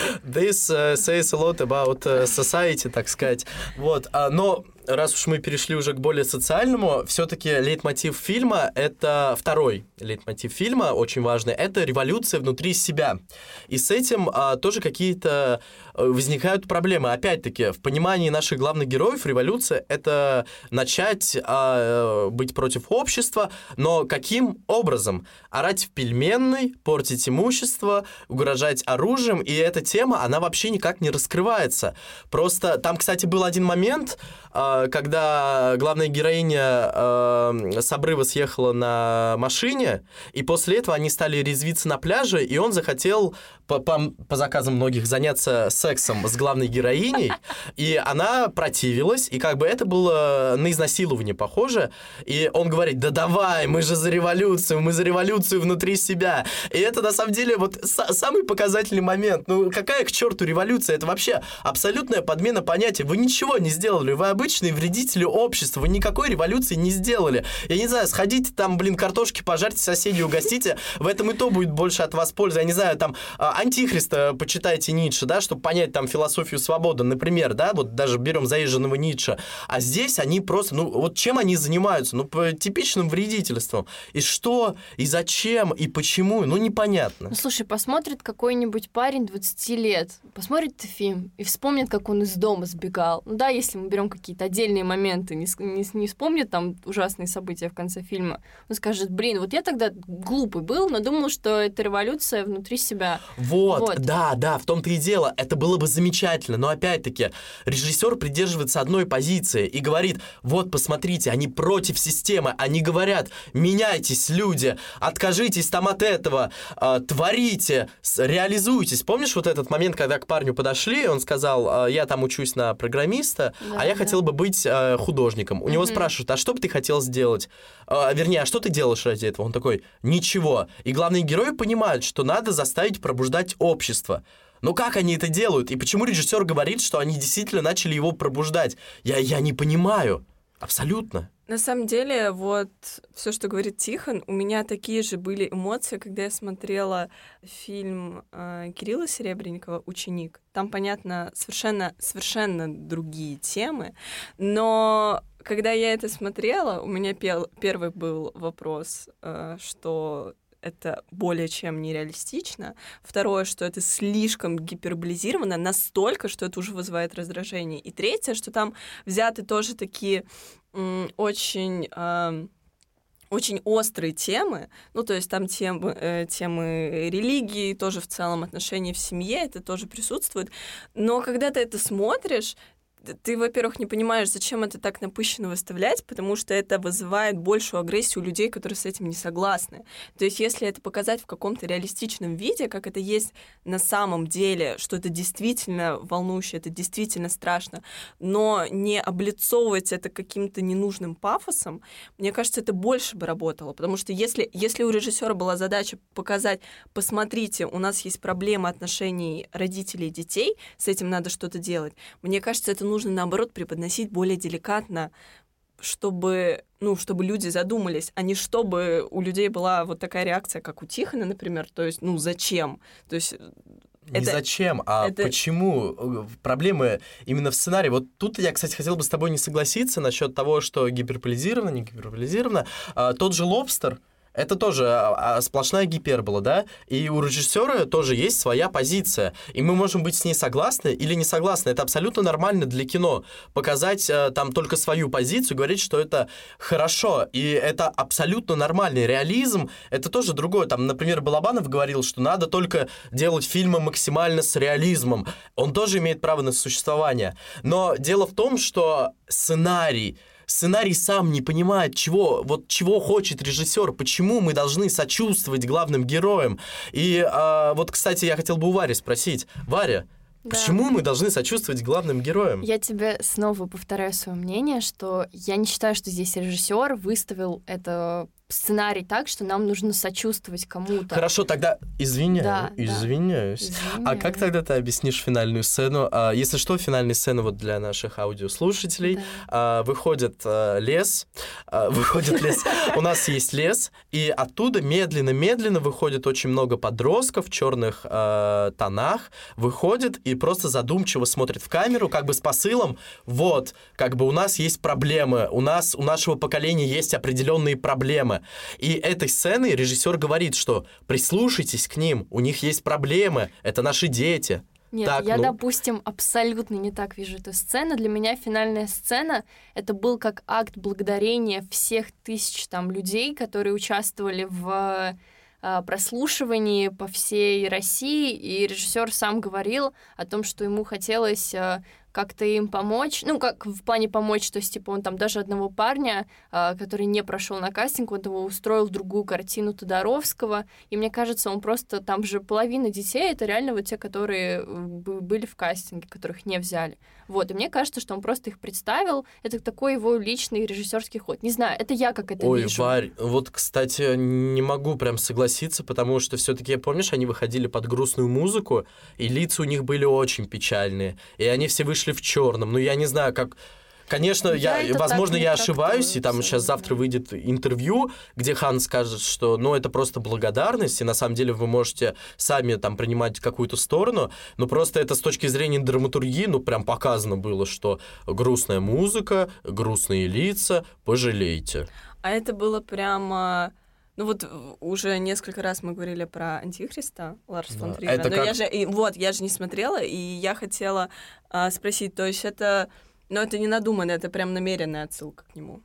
This uh, says a lot about uh, society, так сказать. Вот, а, но раз уж мы перешли уже к более социальному, все-таки лейтмотив фильма — это второй лейтмотив фильма, очень важный, это революция внутри себя. И с этим а, тоже какие-то возникают проблемы. Опять-таки, в понимании наших главных героев революция — это начать а, быть против общества, но каким образом? Орать в пельменной, портить имущество, угрожать оружием, и эта тема, она вообще никак не раскрывается. Просто там, кстати, был один момент, когда главная героиня э, с обрыва съехала на машине, и после этого они стали резвиться на пляже, и он захотел по, по, по заказам многих заняться сексом с главной героиней, и она противилась, и как бы это было на изнасилование похоже, и он говорит: да давай, мы же за революцию, мы за революцию внутри себя. И это на самом деле вот с- самый показательный момент. Ну какая к черту революция? Это вообще абсолютная подмена понятия. Вы ничего не сделали, вы обычные вредители общества, вы никакой революции не сделали. Я не знаю, сходите там, блин, картошки пожарьте, соседей угостите, в этом и то будет больше от вас пользы. Я не знаю, там, Антихриста почитайте Ницше, да, чтобы понять там философию свободы, например, да, вот даже берем заезженного Ницше. А здесь они просто, ну, вот чем они занимаются? Ну, по типичным вредительством. И что, и зачем, и почему, ну, непонятно. Ну, слушай, посмотрит какой-нибудь парень двадцати лет, посмотрит фильм и вспомнит, как он из дома сбегал. Ну да, если мы берем какие-то отдельные моменты, не, не, не вспомнит там ужасные события в конце фильма, он скажет: блин, вот я тогда глупый был, но думал, что это революция внутри себя. Вот, Вот. да, да, в том-то и дело. Это было бы замечательно, но опять-таки режиссер придерживается одной позиции и говорит: вот, посмотрите, они против системы, они говорят: меняйтесь, люди, откажитесь там от этого, э, творите, с- реализуйтесь. Помнишь вот этот момент, когда к парню подошли, он сказал: э, я там учусь на программиста, Да, а я да. хотел бы быть э, художником. У mm-hmm. него спрашивают, а что бы ты хотел сделать? Э, вернее, а что ты делаешь ради этого? Он такой, ничего. И главные герои понимают, что надо заставить пробуждать общество. Но как они это делают? И почему режиссер говорит, что они действительно начали его пробуждать? Я, я не понимаю. Абсолютно. На самом деле, вот все, что говорит Тихон, у меня такие же были эмоции, когда я смотрела фильм э, Кирилла Серебренникова «Ученик». Там, понятно, совершенно, совершенно другие темы, но когда я это смотрела, у меня пел, первый был вопрос, э, что это более чем нереалистично. Второе, что это слишком гиперболизировано, настолько, что это уже вызывает раздражение. И третье, что там взяты тоже такие м, очень... Э, очень острые темы, ну, то есть там темы, э, темы религии, тоже в целом отношения в семье, это тоже присутствует. Но когда ты это смотришь, ты, во-первых, не понимаешь, зачем это так напыщенно выставлять, потому что это вызывает большую агрессию у людей, которые с этим не согласны. То есть если это показать в каком-то реалистичном виде, как это есть на самом деле, что это действительно волнующе, это действительно страшно, но не облицовывать это каким-то ненужным пафосом, мне кажется, это больше бы работало. Потому что если, если у режиссера была задача показать, посмотрите, у нас есть проблема отношений родителей и детей, с этим надо что-то делать, мне кажется, это нужно, наоборот, преподносить более деликатно, чтобы, ну, чтобы люди задумались, а не чтобы у людей была вот такая реакция, как у Тихона, например. То есть, ну, зачем? То есть... Не это, зачем, а это... почему? Проблемы именно в сценарии. Вот тут я, кстати, хотел бы с тобой не согласиться насчет того, что гиперболизировано, не гиперболизировано. А, тот же «Лобстер», это тоже сплошная гипербола, да? И у режиссера тоже есть своя позиция. И мы можем быть с ней согласны или не согласны. Это абсолютно нормально для кино. Показать там только свою позицию, говорить, что это хорошо. И это абсолютно нормальный реализм. Это тоже другое. Там, например, Балабанов говорил, что надо только делать фильмы максимально с реализмом. Он тоже имеет право на существование. Но дело в том, что сценарий... Сценарий сам не понимает, чего, вот чего хочет режиссер, почему мы должны сочувствовать главным героям. И а, вот, кстати, я хотел бы у Вари спросить. Варя, да. Почему мы должны сочувствовать главным героям? Я тебе снова повторяю свое мнение, что я не считаю, что здесь режиссер выставил это... сценарий так, что нам нужно сочувствовать кому-то. Хорошо, тогда извиняю, да, извиняюсь. Да. Извиняю. А как тогда ты объяснишь финальную сцену? А, если что, финальная сцена вот для наших аудиослушателей. Да. А, выходит а, лес, а, выходит лес, у нас есть лес, и оттуда медленно-медленно выходит очень много подростков в черных а, тонах, выходит и просто задумчиво смотрит в камеру, как бы с посылом, вот, как бы у нас есть проблемы, у нас, у нашего поколения есть определенные проблемы. И этой сценой режиссер говорит, что прислушайтесь к ним, у них есть проблемы, это наши дети. Нет, так, я, ну... допустим, абсолютно не так вижу эту сцену. Для меня финальная сцена — это был как акт благодарения всех тысяч там людей, которые участвовали в э, прослушивании по всей России, и режиссер сам говорил о том, что ему хотелось... Э, как-то им помочь, ну, как в плане помочь, то есть, типа, он там даже одного парня, э, который не прошел на кастинг, он его устроил в другую картину Тодоровского, и мне кажется, он просто, там же половина детей, это реально вот те, которые были в кастинге, которых не взяли. Вот, и мне кажется, что он просто их представил, это такой его личный режиссерский ход. Не знаю, это я как это Ой, вижу. Ой, Варь, вот, кстати, не могу прям согласиться, потому что все-таки, помнишь, они выходили под грустную музыку, и лица у них были очень печальные, и они все вышли в черном. Ну, я не знаю, как... Конечно, я, я возможно, я ошибаюсь, и там сейчас завтра выйдет интервью, где Хан скажет, что, ну, это просто благодарность, и на самом деле вы можете сами там принимать какую-то сторону, но просто это с точки зрения драматургии, ну, прям показано было, что грустная музыка, грустные лица, пожалейте. А это было прямо... Ну вот уже несколько раз мы говорили про «Антихриста» Ларса фон Триера. Это но как... я же, и, вот, я же не смотрела, и я хотела а, спросить, то есть это... Но это не надуманно, это прям намеренная отсылка к нему.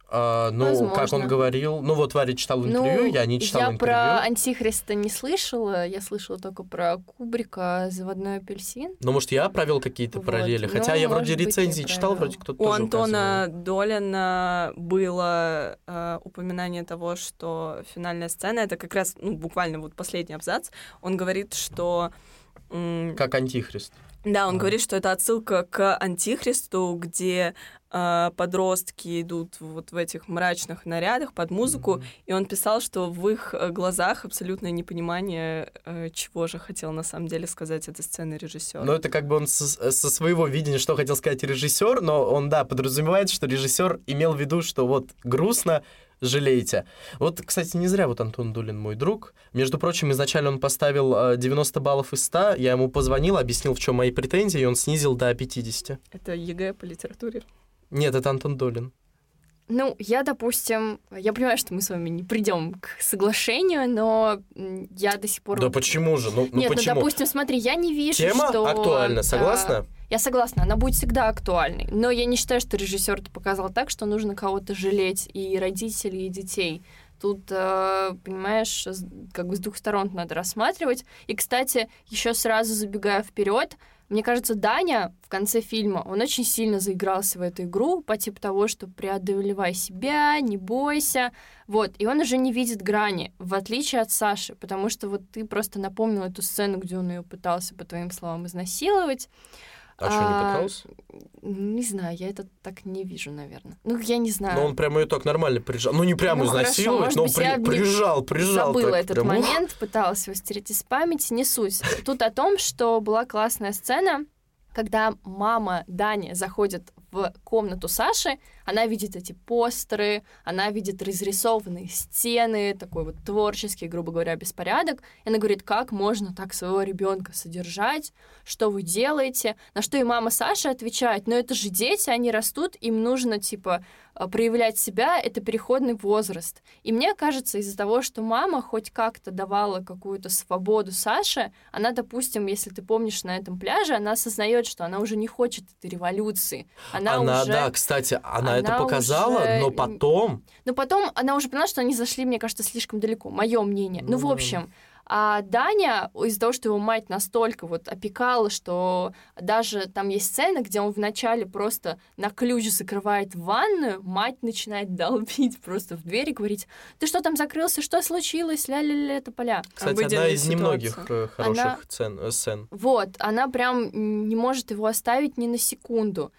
А, ну, возможно. Как он говорил... Ну, вот Варя читала интервью, ну, я не читала я интервью. Я про «Антихриста» не слышала, я слышала только про Кубрика «Заводной апельсин». Ну, может, я провел какие-то вот. параллели, хотя ну, я вроде рецензии читал, вроде кто-то У тоже Антона указывал. Долина было э, упоминание того, что финальная сцена, это как раз, ну, буквально вот последний абзац, он говорит, что м- Как антихрист. Да, он А. говорит, что это отсылка к Антихристу, где э, подростки идут вот в этих мрачных нарядах под музыку, Мгм. и он писал, что в их э, глазах абсолютное непонимание, э, чего же хотел на самом деле сказать эта сцена режиссер. Ну, это как бы он со, со своего видения, что хотел сказать режиссер, но он, да, подразумевает, что режиссер имел в виду, что вот грустно, жалеете. Вот, кстати, не зря вот Антон Дулин мой друг. Между прочим, изначально он поставил э, девяносто баллов из ста, я ему позвонил, объяснил, в чем мои претензии, и он снизил до пятидесяти. Это ЕГЭ по литературе. Нет, это Антон Долин. Ну, я, допустим, я понимаю, что мы с вами не придем к соглашению, но м, я до сих пор... Да почему же? Ну, ну Нет, почему? ну, допустим, смотри, я не вижу, Тема что... актуальна, согласна? а, я согласна, она будет всегда актуальной, но я не считаю, что режиссер это показал так, что нужно кого-то жалеть, и родителей, и детей. Тут, э, понимаешь, с- как бы с двух сторон надо рассматривать. И, кстати, еще сразу забегая вперед, мне кажется, Даня в конце фильма, он очень сильно заигрался в эту игру по типу того, что преодолевай себя, не бойся. Вот, и он уже не видит грани, в отличие от Саши, потому что вот ты просто напомнил эту сцену, где он ее пытался, по твоим словам, изнасиловать. А, что, не А, пытался? Не знаю, я это так не вижу, наверное. Ну, я не знаю. Ну, он прямо ее так нормально прижал. Ну, не прямо Ну, хорошо, изнасиловать, может но быть, при- я не прижал, прижал. забыла так этот прям, ух. момент, пыталась его стереть из памяти, не суть. Тут о том, что была классная сцена, когда мама Дани заходит в комнату Саши, она видит эти постеры, она видит разрисованные стены, такой вот творческий, грубо говоря, беспорядок. И она говорит, как можно так своего ребенка содержать, что вы делаете? На что и мама Саши отвечает, ну это же дети, они растут, им нужно, типа, проявлять себя, это переходный возраст. И мне кажется, из-за того, что мама хоть как-то давала какую-то свободу Саше, она, допустим, если ты помнишь, на этом пляже, она осознает, что она уже не хочет этой революции. Она, Она, уже... да, кстати, она, это она показала, уже- но потом... Но потом она уже поняла, что они зашли, мне кажется, слишком далеко. Мое мнение. Ну, Ну в да. общем, а Даня, из-за того, что его мать настолько вот опекала, что даже там есть сцена, где он вначале просто на ключ закрывает ванную, мать начинает долбить просто в дверь и говорить, ты что там закрылся, что случилось, ля-ля-ля, это поля. Кстати, одна Обыденная из немногих ситуация. э, хороших Она- цен- э, сцен. Вот, она прям м, не может его оставить ни на секунду.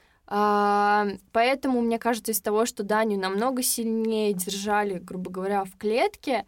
А, поэтому, мне кажется, из того, что Даню намного сильнее держали, грубо говоря, в клетке,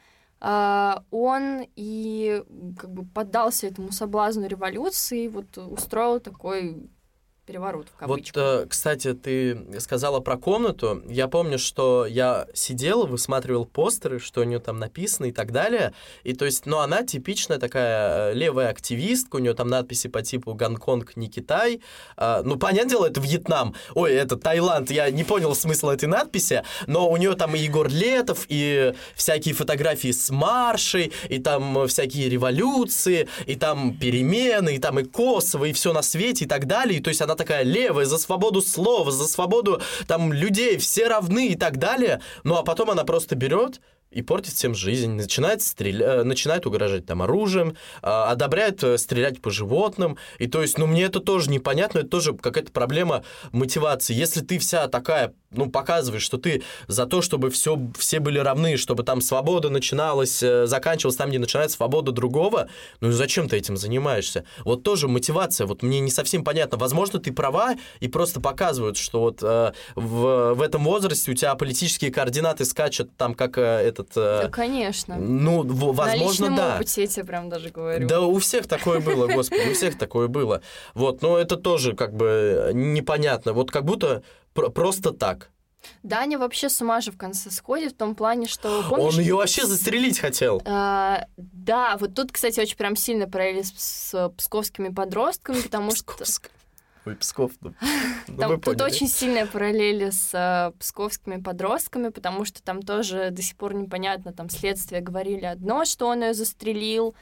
а, он и м, как бы поддался этому соблазну революции, вот устроил такой переворот в Вот, кавычках. э, кстати, ты сказала про комнату. Я помню, что я сидел, высматривал постеры, что у нее там написано и так далее. И то есть, ну, она типичная такая э, левая активистка, у нее там надписи по типу «Гонконг, не Китай». А, ну, понятное дело, это Вьетнам. Ой, это Таиланд. Я не понял смысла этой надписи, но у нее там и Егор Летов, и всякие фотографии с маршей, и там всякие революции, и там перемены, и там и Косово, и все на свете, и так далее. И то есть она такая левая, за свободу слова, за свободу там людей, все равны и так далее. Ну, а потом она просто берет и портит всем жизнь, начинает, стрелять, начинает угрожать там оружием, а, одобряет э, стрелять по животным. И то есть, ну, мне это тоже непонятно, это тоже какая-то проблема мотивации. Если ты вся такая, ну, показываешь, что ты за то, чтобы все, все были равны, чтобы там свобода начиналась, э, заканчивалась там, где начинается свобода другого, ну, и зачем ты этим занимаешься? Вот тоже мотивация, вот мне не совсем понятно. Возможно, ты права, и просто показывают, что вот э, в, в этом возрасте у тебя политические координаты скачут там, как э, этот... э, Да, конечно. ну, в- возможно, На личном да. опыте я тебе прям даже говорю. Да, у всех такое было, господи, у всех такое было. Вот, но это тоже как бы непонятно. Вот как будто пр- просто так. Даня вообще с ума же в конце сходит в том плане, что... Помнишь, Он ее вообще застрелить хотел. А, да, вот тут, кстати, очень прям сильно параллели с, с псковскими подростками, потому что... Псковск. Ой, Псков, ну, ну, Там, вы тут поняли. очень сильная параллели с э, псковскими подростками, потому что там тоже до сих пор непонятно, там следствие говорили одно, что он ее застрелил,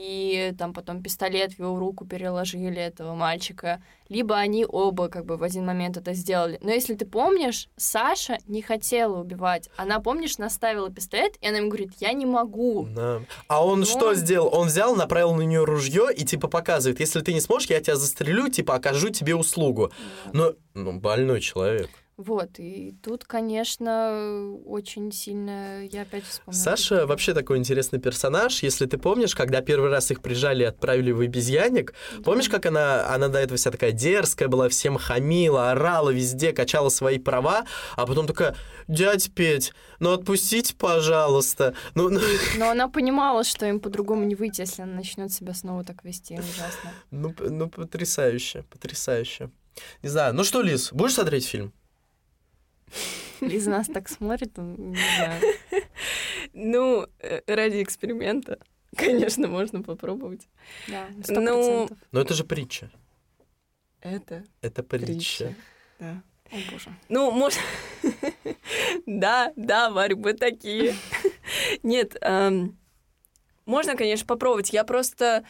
и там потом пистолет в его руку переложили этого мальчика, либо они оба как бы в один момент это сделали. Но если ты помнишь, Саша не хотела убивать. Она, помнишь, наставила пистолет, и она ему говорит, я не могу. Да. А он Но- что сделал? Он взял, направил на нее ружье и типа показывает, если ты не сможешь, я тебя застрелю, типа окажу тебе услугу. Ну, ну больной человек. Вот, и тут, конечно, очень сильно я опять вспомнила. Саша вообще такой интересный персонаж. Если ты помнишь, когда первый раз их прижали и отправили в обезьянник, да. Помнишь, как она, она до этого вся такая дерзкая была, всем хамила, орала везде, качала свои права, а потом такая: дядь Петь, ну отпустите, пожалуйста. Ну, ну... Но она понимала, что им по-другому не выйти, если она начнет себя снова так вести. Ужасно. Ну, ну, потрясающе, потрясающе. Не знаю, ну что, Лиз, будешь смотреть фильм? Лиза нас так смотрит, не знаю. Ну, ради эксперимента, конечно, можно попробовать. Да, сто процентов. Но это же притча. Это? Это притча. Да. О, боже. Ну, может... Да, да, Варь, мы такие. Нет, можно, конечно, попробовать. Я просто...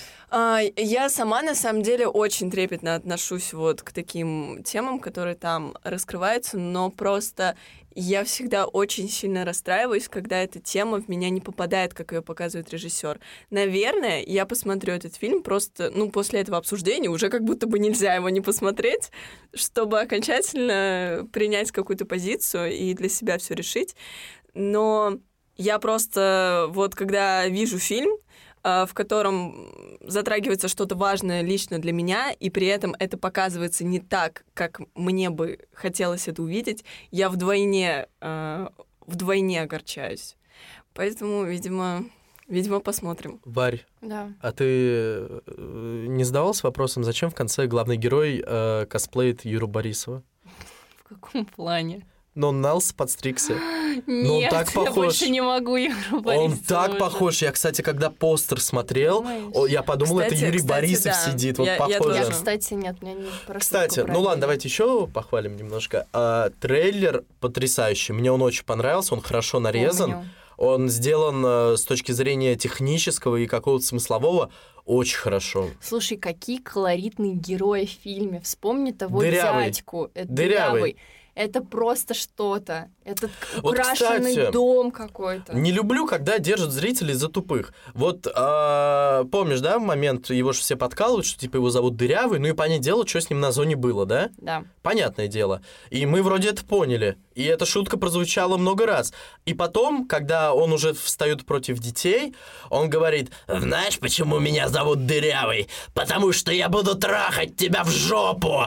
Я сама, на самом деле, очень трепетно отношусь вот к таким темам, которые там раскрываются, но просто я всегда очень сильно расстраиваюсь, когда эта тема в меня не попадает, как ее показывает режиссер. Наверное, я посмотрю этот фильм просто, ну, после этого обсуждения уже как будто бы нельзя его не посмотреть, чтобы окончательно принять какую-то позицию и для себя все решить. Но я просто вот когда вижу фильм, в котором затрагивается что-то важное лично для меня, и при этом это показывается не так, как мне бы хотелось это увидеть, я вдвойне, вдвойне огорчаюсь. Поэтому, видимо, видимо, посмотрим. Варь, да. А ты не задавалась вопросом, зачем в конце главный герой э, косплеит Юру Борисова? В каком плане? Но он на лысо подстригся. Нет, он так похож. Я больше не могу Юру Борисова. Он так уже. похож. Я, кстати, когда постер смотрел, о, я подумал, кстати, это Юрий кстати, Борисов да. сидит. Я, вот я похоже. Я, кстати, нет, меня не просто. Кстати, ну ладно, давайте еще похвалим немножко. А, трейлер потрясающий. Мне он очень понравился, он хорошо нарезан. Помню. Он сделан а, с точки зрения технического и какого-то смыслового очень хорошо. Слушай, какие колоритные герои в фильме. Вспомни того Дырявый. дядьку. Это Дырявый. дырявый. Это просто что-то. Это Вот, украшенный кстати, дом какой-то. Не люблю, когда держат зрителей за тупых. Вот а, помнишь, да, момент, его же все подкалывают, что типа его зовут Дырявый, ну и понятное дело, что с ним на зоне было, да? Да. Понятное дело. И мы вроде это поняли. И эта шутка прозвучала много раз. И потом, когда он уже встает против детей, он говорит: знаешь, почему меня зовут Дырявый? Потому что я буду трахать тебя в жопу!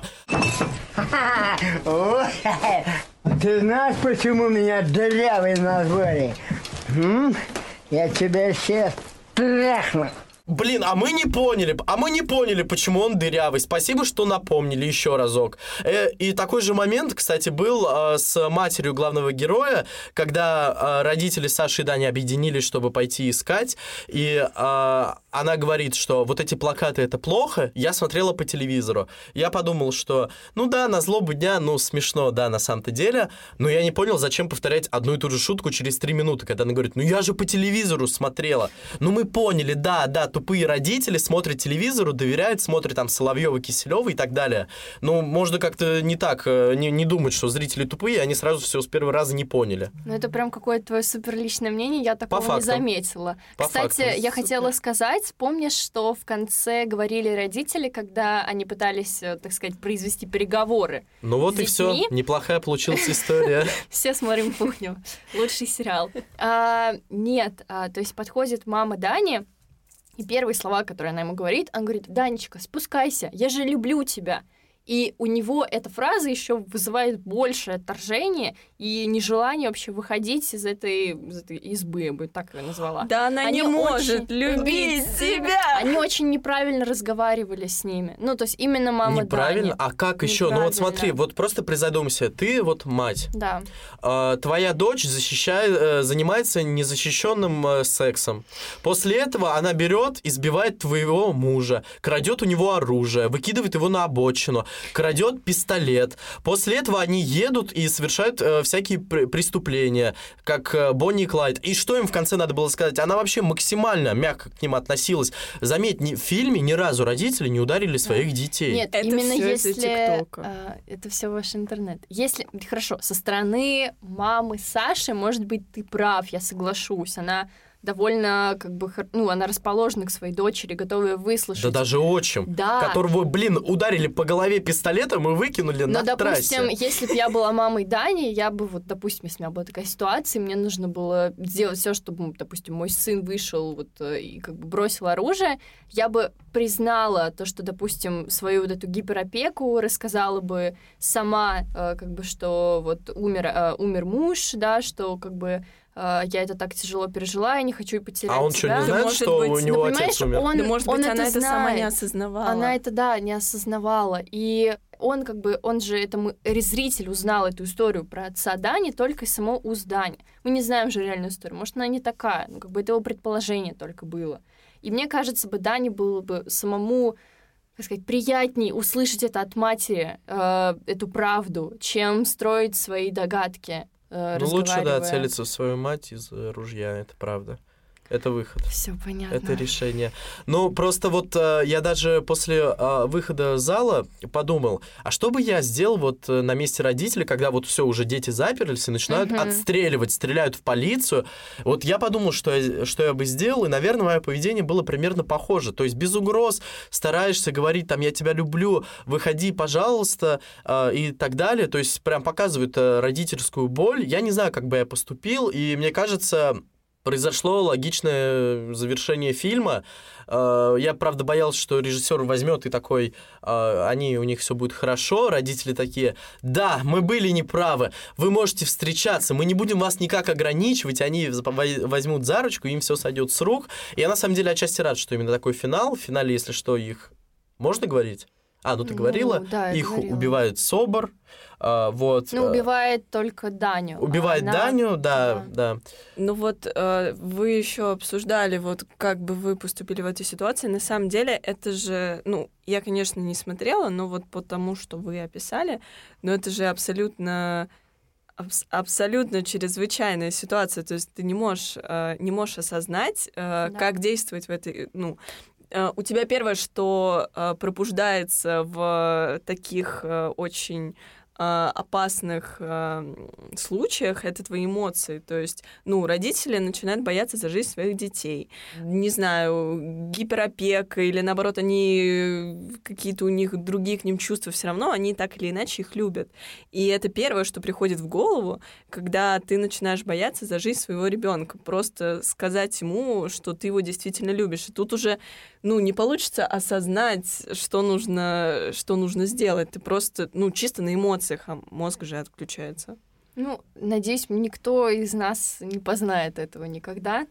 Ты знаешь, почему меня Дырявый назвали? М? Я тебя сейчас трахну. Блин, а мы не поняли, а мы не поняли, почему он дырявый. Спасибо, что напомнили еще разок. Э, и такой же момент, кстати, был э, с матерью главного героя, когда э, родители Саши и Дани объединились, чтобы пойти искать, и э, она говорит, что вот эти плакаты — это плохо. Я смотрела по телевизору. Я подумал, что, ну да, на злобу дня, ну смешно, да, на самом-то деле, но я не понял, зачем повторять одну и ту же шутку через три минуты, когда она говорит: ну я же по телевизору смотрела. Ну мы поняли, да, да, тупые родители смотрят телевизору, доверяют, смотрят там Соловьева, Киселева и так далее. Ну, можно как-то не так, не, не думать, что зрители тупые, они сразу все с первого раза не поняли. Ну, это прям какое-то твое суперличное мнение, я такого По не заметила. По Кстати, факту. я хотела сказать, помнишь, что в конце говорили родители, когда они пытались, так сказать, произвести переговоры? Ну вот с и все, детьми? неплохая получилась история. Все смотрим «Кухню», лучший сериал. А, нет, а, то есть подходит мама Дани, и первые слова, которые она ему говорит, она говорит: «Данечка, спускайся, я же люблю тебя». И у него эта фраза еще вызывает большее отторжение и нежелание вообще выходить из этой, из этой избы, я бы так ее назвала. Да она Они не может очень- любить себя. Они очень неправильно разговаривали с ними. Ну, то есть именно мама Неправильно? Дани. А как еще? Ну вот смотри, Неправильно. вот просто призадумайся. Ты вот мать. Да. А, твоя дочь защищает, э, занимается незащищенным э, сексом. После этого она берет, избивает твоего мужа, крадет у него оружие, выкидывает его на обочину, крадет пистолет. После этого они едут и совершают э, всякие пр- преступления, как э, Бонни и Клайд. И что им в конце надо было сказать? Она вообще максимально мягко к ним относилась. Заметь, ни, в фильме ни разу родители не ударили своих детей. Нет, Это именно всё из-за если... ТикТока. а, это все ваш интернет. Если... Хорошо, со стороны мамы Саши, может быть, ты прав, я соглашусь. Она довольно, как бы, ну, она расположена к своей дочери, готовая выслушать. Да даже отчим, да. которого, блин, ударили по голове пистолетом и выкинули Но, на трассе. допустим, если бы я была мамой Дани, я бы, вот, допустим, если у меня была такая ситуация, мне нужно было сделать все, чтобы, допустим, мой сын вышел вот, и как бы бросил оружие, я бы признала то, что, допустим, свою вот эту гиперопеку, рассказала бы сама, как бы, что вот умер, умер муж, да, что как бы я это так тяжело пережила, я не хочу и потерять А он тебя. что, не знает, что быть, у него ну, отец умер? Он, да, может он быть, это она это знает. сама не осознавала. Она это, да, не осознавала. И он как бы, он же, это мы, зритель узнал эту историю про отца Дани только из самого уст Дани. Мы не знаем же реальную историю. Может, она не такая. Ну, как бы это его предположение только было. И мне кажется, бы Дане было бы самому, как сказать, приятней услышать это от матери, э, эту правду, чем строить свои догадки. Ну, лучше, да, целиться в свою мать из ружья, это правда. Это выход. Все понятно. Это решение. Ну, просто вот э, я даже после э, выхода зала подумал, а что бы я сделал вот на месте родителей, когда вот все, уже дети заперлись и начинают uh-huh. отстреливать, стреляют в полицию. Вот я подумал, что я, что я бы сделал, и, наверное, мое поведение было примерно похоже. То есть без угроз стараешься говорить, там, я тебя люблю, выходи, пожалуйста, э, и так далее. То есть прям показывают э, родительскую боль. Я не знаю, как бы я поступил, и мне кажется... Произошло логичное завершение фильма. Я, правда, боялся, что режиссер возьмет и такой, они, у них все будет хорошо, родители такие, да, мы были неправы, вы можете встречаться, мы не будем вас никак ограничивать, они возьмут за ручку, им все сойдет с рук. И я, на самом деле, отчасти рад, что именно такой финал. В финале, если что, их... Можно говорить? А, ну ты говорила, ну, да, их говорила. убивает Собор, а, вот. Ну, убивает только Даню. Убивает она... Даню, да, да. да. Ну вот э, вы еще обсуждали, вот как бы вы поступили в этой ситуации. На самом деле это же, ну, я, конечно, не смотрела, но вот по тому, что вы описали, но это же абсолютно... Абс- абсолютно чрезвычайная ситуация. То есть ты не можешь, э, не можешь осознать, э, да. как действовать в этой... Ну, у тебя первое, что э, пробуждается в таких э, очень э, опасных э, случаях, это твои эмоции. То есть, ну, родители начинают бояться за жизнь своих детей. Не знаю, гиперопека или, наоборот, они какие-то у них другие к ним чувства, все равно они так или иначе их любят. И это первое, что приходит в голову, когда ты начинаешь бояться за жизнь своего ребенка. Просто сказать ему, что ты его действительно любишь. И тут уже ну, не получится осознать, что нужно, что нужно сделать. Ты просто, ну, чисто на эмоциях, а мозг же отключается. Ну, надеюсь, никто из нас не познает этого никогда.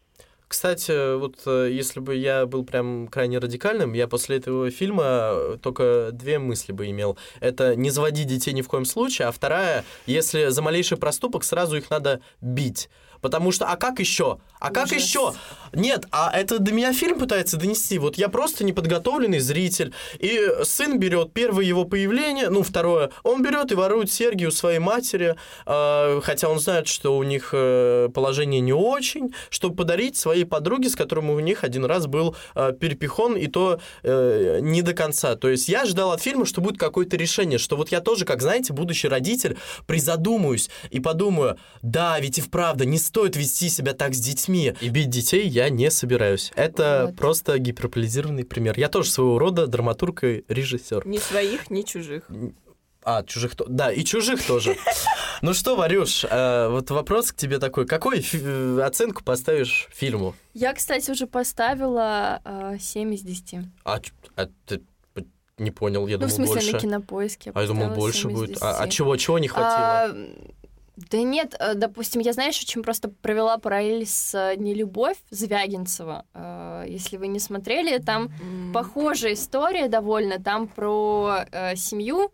Кстати, вот если бы я был прям крайне радикальным, я после этого фильма только две мысли бы имел. Это не заводи детей ни в коем случае, а вторая, если за малейший проступок, сразу их надо бить. Потому что, а как еще? А Ужас. Как еще? Нет, а это до меня фильм пытается донести. Вот я просто неподготовленный зритель, и сын берет первое его появление, ну, второе, он берет и ворует серьги у своей матери, э, хотя он знает, что у них э, положение не очень, чтобы подарить своей подруге, с которой у них один раз был э, перепихон, и то э, не до конца. То есть я ждал от фильма, что будет какое-то решение, что вот я тоже, как, знаете, будущий родитель, призадумаюсь и подумаю, да, ведь и вправду не стоит вести себя так с детьми. И бить детей я не собираюсь. Это вот. Просто гиперполизированный пример. Я тоже своего рода драматург и режиссер. Ни своих, ни чужих. А, чужих, да, и чужих тоже. Ну что, Варюш, вот вопрос к тебе такой. Какую оценку поставишь фильму? Я, кстати, уже поставила семь из десяти. А ты не понял, я думал больше. Ну, в смысле, больше. на Кинопоиске. А я думал, больше будет. А чего, чего не хватило? Да нет, допустим, я, знаешь, очень просто провела параллель с «Нелюбовь» Звягинцева. Если вы не смотрели, там mm. похожая история довольно. Там про э, семью,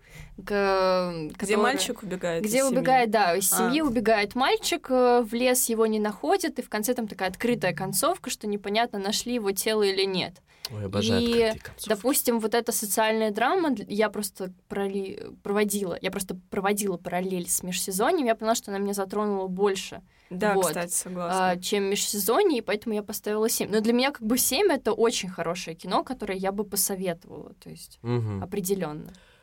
к, где которая... мальчик убегает Где из убегает, семьи. да, из а. семьи убегает мальчик, в лес его не находят, и в конце там такая открытая концовка, что непонятно, нашли его тело или нет. Ой, обожаю и, допустим, вот эта социальная драма, я просто проли... проводила, я просто проводила параллель с межсезоньем, я поняла, что она меня затронула больше. Да, вот, кстати, согласна. чем межсезонье, и поэтому я поставила семь. Но для меня как бы семь — это очень хорошее кино, которое я бы посоветовала, то есть угу. определенно.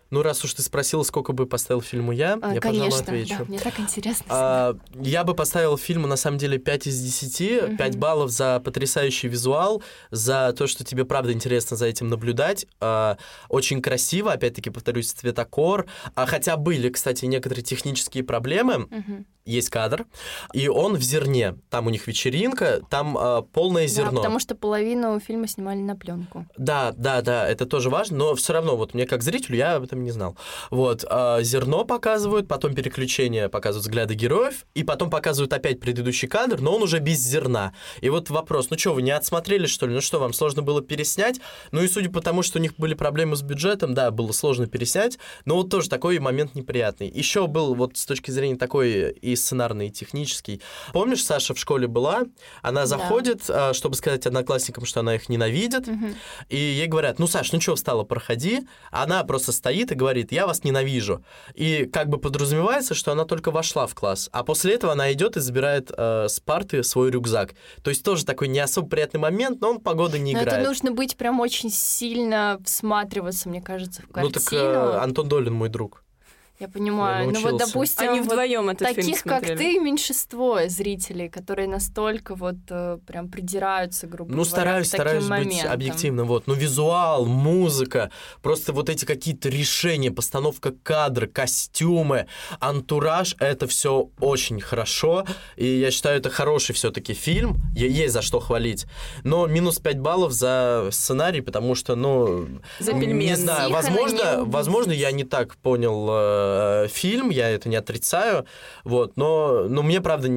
Ну, раз уж ты спросила, сколько бы поставил фильму я, а, я, конечно, пожалуй, отвечу. Да, мне так интересно. А, я бы поставил фильму, на самом деле, пять из десяти. Uh-huh. пять баллов за потрясающий визуал, за то, что тебе, правда, интересно за этим наблюдать. А, очень красиво, опять-таки, повторюсь, цветокор. А, хотя были, кстати, некоторые технические проблемы. Uh-huh. Есть кадр, и он в зерне. Там у них вечеринка, там а, полное зерно. Да, потому что половину фильма снимали на пленку. Да, да, да, это тоже важно, но все равно, вот мне как зрителю, я об этом не знал. Вот, а, зерно показывают, потом переключение показывают взгляды героев, и потом показывают опять предыдущий кадр, но он уже без зерна. И вот вопрос, ну что, вы не отсмотрели, что ли? Ну что, вам сложно было переснять? Ну и судя по тому, что у них были проблемы с бюджетом, да, было сложно переснять, но вот тоже такой момент неприятный. Еще был вот с точки зрения такой и сценарный, и технический. Помнишь, Саша в школе была, она заходит, да. чтобы сказать одноклассникам, что она их ненавидит, угу. и ей говорят, ну, Саш, ну что встала, проходи. Она просто стоит и говорит, я вас ненавижу. И как бы подразумевается, что она только вошла в класс, а после этого она идет и забирает э, с парты свой рюкзак. То есть тоже такой не особо приятный момент, но он погоды не но играет. Это нужно быть прям очень сильно всматриваться, мне кажется, в картину. Ну так э, Антон Долин мой друг. Я понимаю. Ну вот, допустим, они вот вдвоем этот таких, фильм смотрели. как ты, меньшинство зрителей, которые настолько вот э, прям придираются, грубо ну, говоря, стараюсь, к таким стараюсь моментам. быть объективным. Вот. Ну, визуал, музыка, просто вот эти какие-то решения, постановка кадра, костюмы, антураж, это все очень хорошо. И я считаю, это хороший все-таки фильм. Есть за что хвалить. Но минус пять баллов за сценарий, потому что, ну... За пельмени. Не знаю, возможно, возможно, я не так понял фильм, я это не отрицаю, вот, но, но мне, правда,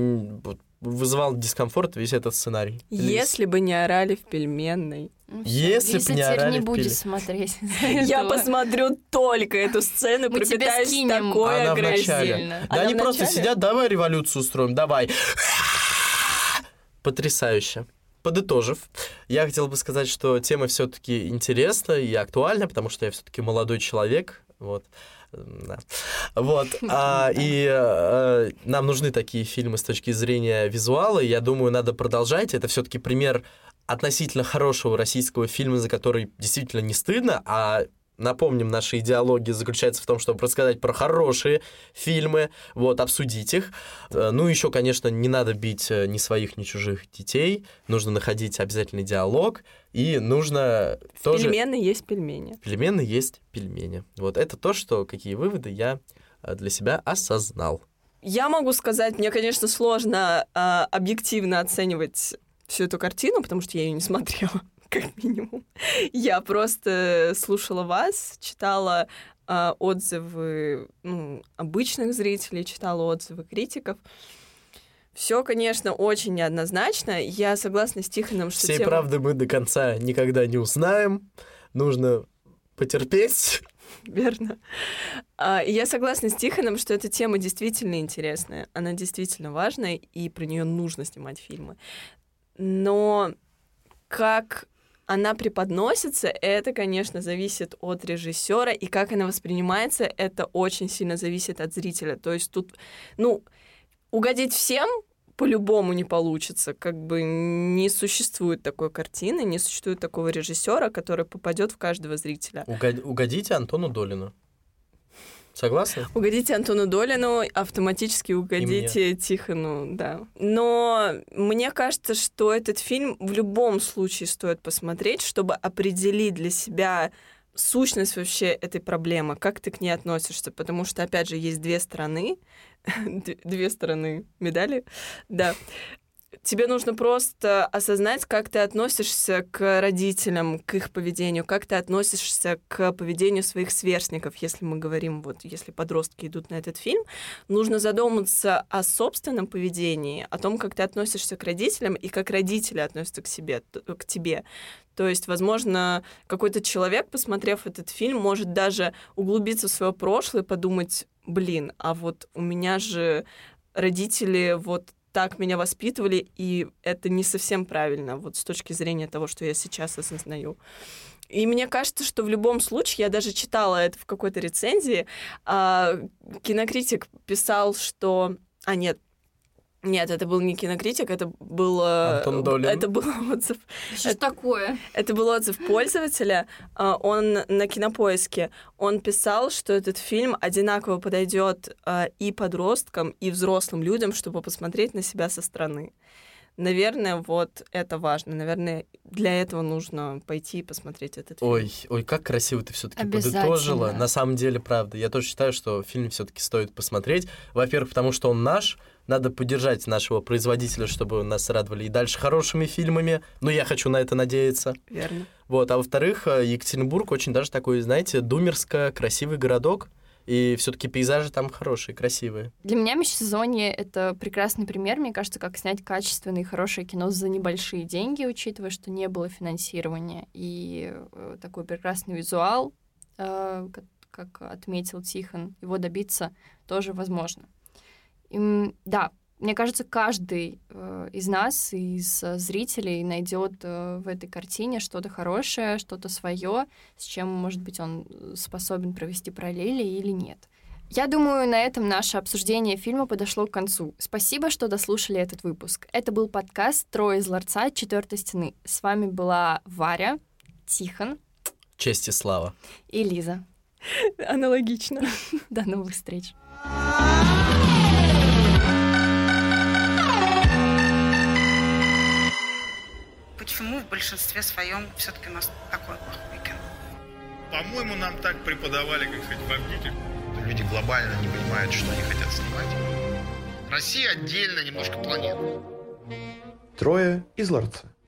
вызывал дискомфорт весь этот сценарий. Если бы не орали в пельменной. Ну, Если бы не орали не в будешь пеле... смотреть. Я посмотрю только эту сцену, пропитаюсь такой агрессией. Да они просто сидят, давай революцию устроим, давай. Потрясающе. Подытожив, я хотел бы сказать, что тема все-таки интересна и актуальна, потому что я все-таки молодой человек, вот. Да. Вот. А, и а, нам нужны такие фильмы с точки зрения визуала. И я думаю, надо продолжать. Это все-таки пример относительно хорошего российского фильма, за который действительно не стыдно. А напомним, наша идеология заключается в том, чтобы рассказать про хорошие фильмы, вот, обсудить их. Ну, еще, конечно, не надо бить ни своих, ни чужих детей. Нужно находить обязательный диалог. И нужно в тоже... Пельмены есть пельмени. Пельмены есть пельмени. Вот это то, что, какие выводы я для себя осознал. Я могу сказать, мне, конечно, сложно а, объективно оценивать всю эту картину, потому что я ее не смотрела, как минимум. Я просто слушала вас, читала а, отзывы ну, обычных зрителей, читала отзывы критиков. Все, конечно, очень неоднозначно. Я согласна с Тихоном, что... Всей тема... правды мы до конца никогда не узнаем. Нужно потерпеть. Верно. А, я согласна с Тихоном, что эта тема действительно интересная. Она действительно важная, и про нее нужно снимать фильмы. Но как она преподносится, это, конечно, зависит от режиссера, и как она воспринимается, это очень сильно зависит от зрителя. То есть тут, ну, угодить всем по-любому не получится. Как бы не существует такой картины, не существует такого режиссера, который попадет в каждого зрителя. Угод... Угодите Антону Долину. Согласны? Угодите Антону Долину, автоматически угодите Тихону, да. Но мне кажется, что этот фильм в любом случае стоит посмотреть, чтобы определить для себя сущность вообще этой проблемы, как ты к ней относишься, потому что, опять же, есть две стороны, две стороны медали, да. Тебе нужно просто осознать, как ты относишься к родителям, к их поведению, как ты относишься к поведению своих сверстников, если мы говорим, вот, если подростки идут на этот фильм, нужно задуматься о собственном поведении, о том, как ты относишься к родителям и как родители относятся к себе, к тебе. То есть, возможно, какой-то человек, посмотрев этот фильм, может даже углубиться в свое прошлое и подумать, блин, а вот у меня же родители вот так меня воспитывали, и это не совсем правильно, вот с точки зрения того, что я сейчас осознаю. И мне кажется, что в любом случае, я даже читала это в какой-то рецензии, а, кинокритик писал, что... А, нет, Нет, это был не кинокритик, это был... Антон Долин. Это был отзыв... Что это такое? Это был отзыв пользователя. Он на Кинопоиске. Он писал, что этот фильм одинаково подойдет и подросткам, и взрослым людям, чтобы посмотреть на себя со стороны. Наверное, вот это важно. Наверное, для этого нужно пойти и посмотреть этот фильм. Ой, ой, как красиво ты все-таки подытожила. На самом деле, правда. Я тоже считаю, что фильм все-таки стоит посмотреть. Во-первых, потому что он наш. Надо поддержать нашего производителя, чтобы нас радовали и дальше хорошими фильмами. Ну, я хочу на это надеяться. Верно. Вот. А во-вторых, Екатеринбург очень даже такой, знаете, думерско красивый городок. И все-таки пейзажи там хорошие, красивые. Для меня «Межсезонье» — это прекрасный пример, мне кажется, как снять качественное и хорошее кино за небольшие деньги, учитывая, что не было финансирования. И э, такой прекрасный визуал, э, как, как отметил Тихон, его добиться тоже возможно. И, да, мне кажется, каждый э, из нас, из э, зрителей найдет э, в этой картине что-то хорошее, что-то свое, с чем, может быть, он способен провести параллели или нет. Я думаю, на этом наше обсуждение фильма подошло к концу. Спасибо, что дослушали этот выпуск. Это был подкаст «Трое из ларца. Четвертой стены». С вами была Варя, Тихон. Честь и слава. И Лиза. Аналогично. До новых встреч. Почему в большинстве своем все-таки у нас такой плохой кино? По-моему, нам так преподавали, как сказать, в Авгике. Люди глобально не понимают, что они хотят снимать. Россия отдельно немножко планета. Трое из ларца.